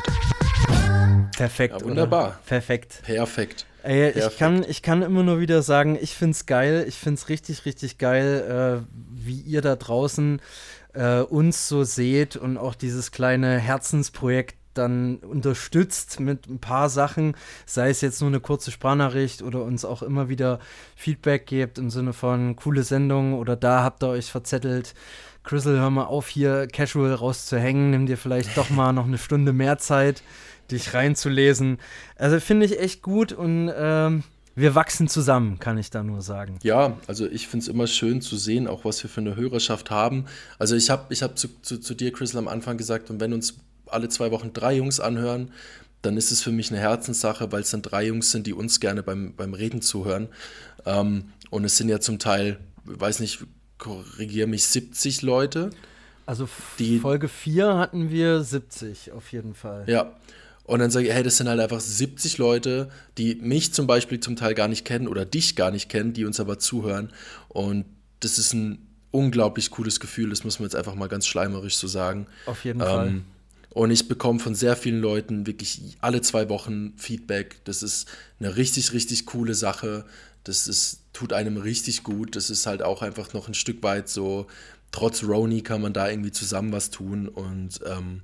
Perfekt, ja, wunderbar. Oder? Perfekt. Perfekt. Ey, Perfekt. Ich, kann, ich kann immer nur wieder sagen, ich find's geil. Ich find's richtig, richtig geil, äh, wie ihr da draußen äh, uns so seht und auch dieses kleine Herzensprojekt dann unterstützt mit ein paar Sachen, sei es jetzt nur eine kurze Sprachnachricht oder uns auch immer wieder Feedback gebt im Sinne von coole Sendung oder da habt ihr euch verzettelt. Chrisel, hör mal auf, hier casual rauszuhängen, nimm dir vielleicht doch mal noch eine Stunde mehr Zeit, dich reinzulesen. Also finde ich echt gut und ähm, wir wachsen zusammen, kann ich da nur sagen. Ja, also ich finde es immer schön zu sehen, auch was wir für eine Hörerschaft haben. Also ich habe ich hab zu, zu, zu dir, Chrisel, am Anfang gesagt, und wenn uns alle zwei Wochen drei Jungs anhören, dann ist es für mich eine Herzenssache, weil es dann drei Jungs sind, die uns gerne beim, beim Reden zuhören. Ähm, und es sind ja zum Teil, weiß nicht, korrigiere mich, siebzig Leute. Also die, Folge vier hatten wir siebzig auf jeden Fall. Ja, und dann sage ich, hey, das sind halt einfach siebzig Leute, die mich zum Beispiel zum Teil gar nicht kennen oder dich gar nicht kennen, die uns aber zuhören. Und das ist ein unglaublich cooles Gefühl, das muss man jetzt einfach mal ganz schleimerisch so sagen. Auf jeden ähm, Fall. Und ich bekomme von sehr vielen Leuten wirklich alle zwei Wochen Feedback. Das ist eine richtig, richtig coole Sache. Das ist, tut einem richtig gut. Das ist halt auch einfach noch ein Stück weit so, trotz Roni kann man da irgendwie zusammen was tun. Und ähm,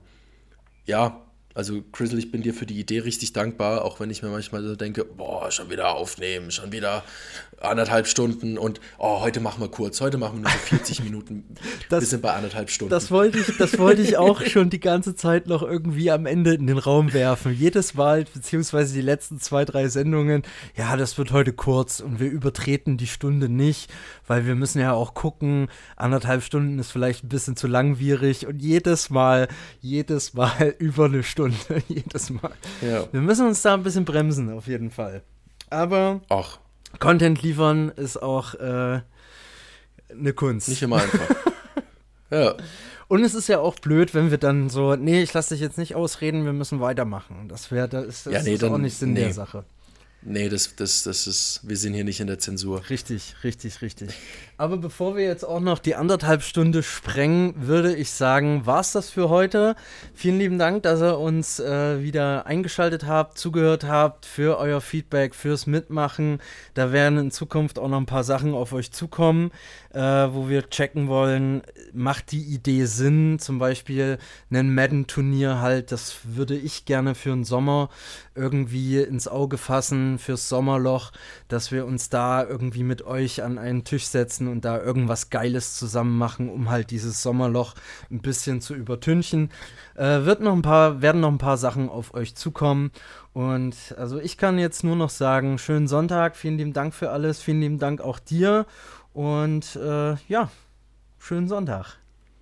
ja, also Chrisel, ich bin dir für die Idee richtig dankbar, auch wenn ich mir manchmal so denke, boah, schon wieder aufnehmen, schon wieder anderthalb Stunden und oh, heute machen wir kurz, heute machen wir nur so vierzig Minuten, das, wir sind bei anderthalb Stunden. Das wollte ich, das wollte ich auch schon die ganze Zeit noch irgendwie am Ende in den Raum werfen. Jedes Mal, beziehungsweise die letzten zwei, drei Sendungen, ja, das wird heute kurz und wir übertreten die Stunde nicht, weil wir müssen ja auch gucken, anderthalb Stunden ist vielleicht ein bisschen zu langwierig und jedes Mal, jedes Mal über eine Stunde. Jedes Mal. Ja. Wir müssen uns da ein bisschen bremsen, auf jeden Fall. Aber Ach. Content liefern ist auch äh, eine Kunst. Nicht immer einfach. Ja. Und es ist ja auch blöd, wenn wir dann so, nee, ich lasse dich jetzt nicht ausreden, wir müssen weitermachen. Das wäre, das ist, das ja, nee, ist dann, auch nicht Sinn nee. der Sache. Nee, das, das, das ist, wir sind hier nicht in der Zensur. Richtig, richtig, richtig. Aber bevor wir jetzt auch noch die anderthalb Stunde sprengen, würde ich sagen, war's das für heute. Vielen lieben Dank, dass ihr uns äh, wieder eingeschaltet habt, zugehört habt, für euer Feedback, fürs Mitmachen. Da werden in Zukunft auch noch ein paar Sachen auf euch zukommen, äh, wo wir checken wollen, macht die Idee Sinn? Zum Beispiel ein Madden-Turnier halt, das würde ich gerne für den Sommer irgendwie ins Auge fassen, fürs Sommerloch, dass wir uns da irgendwie mit euch an einen Tisch setzen und da irgendwas Geiles zusammen machen, um halt dieses Sommerloch ein bisschen zu übertünchen. Äh, wird noch ein paar, werden noch ein paar Sachen auf euch zukommen. Und also ich kann jetzt nur noch sagen, schönen Sonntag, vielen lieben Dank für alles, vielen lieben Dank auch dir und äh, ja, schönen Sonntag.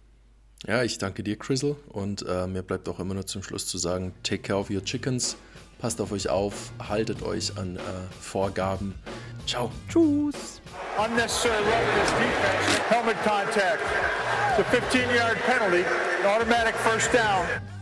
Ja, ich danke dir, Chrisel, und äh, mir bleibt auch immer nur zum Schluss zu sagen, take care of your chickens. Passt auf euch auf, haltet euch an äh, Vorgaben. Ciao. Tschüss. Unnecessary roughness defense, helmet contact. It's a fifteen-yard penalty, an automatic first down.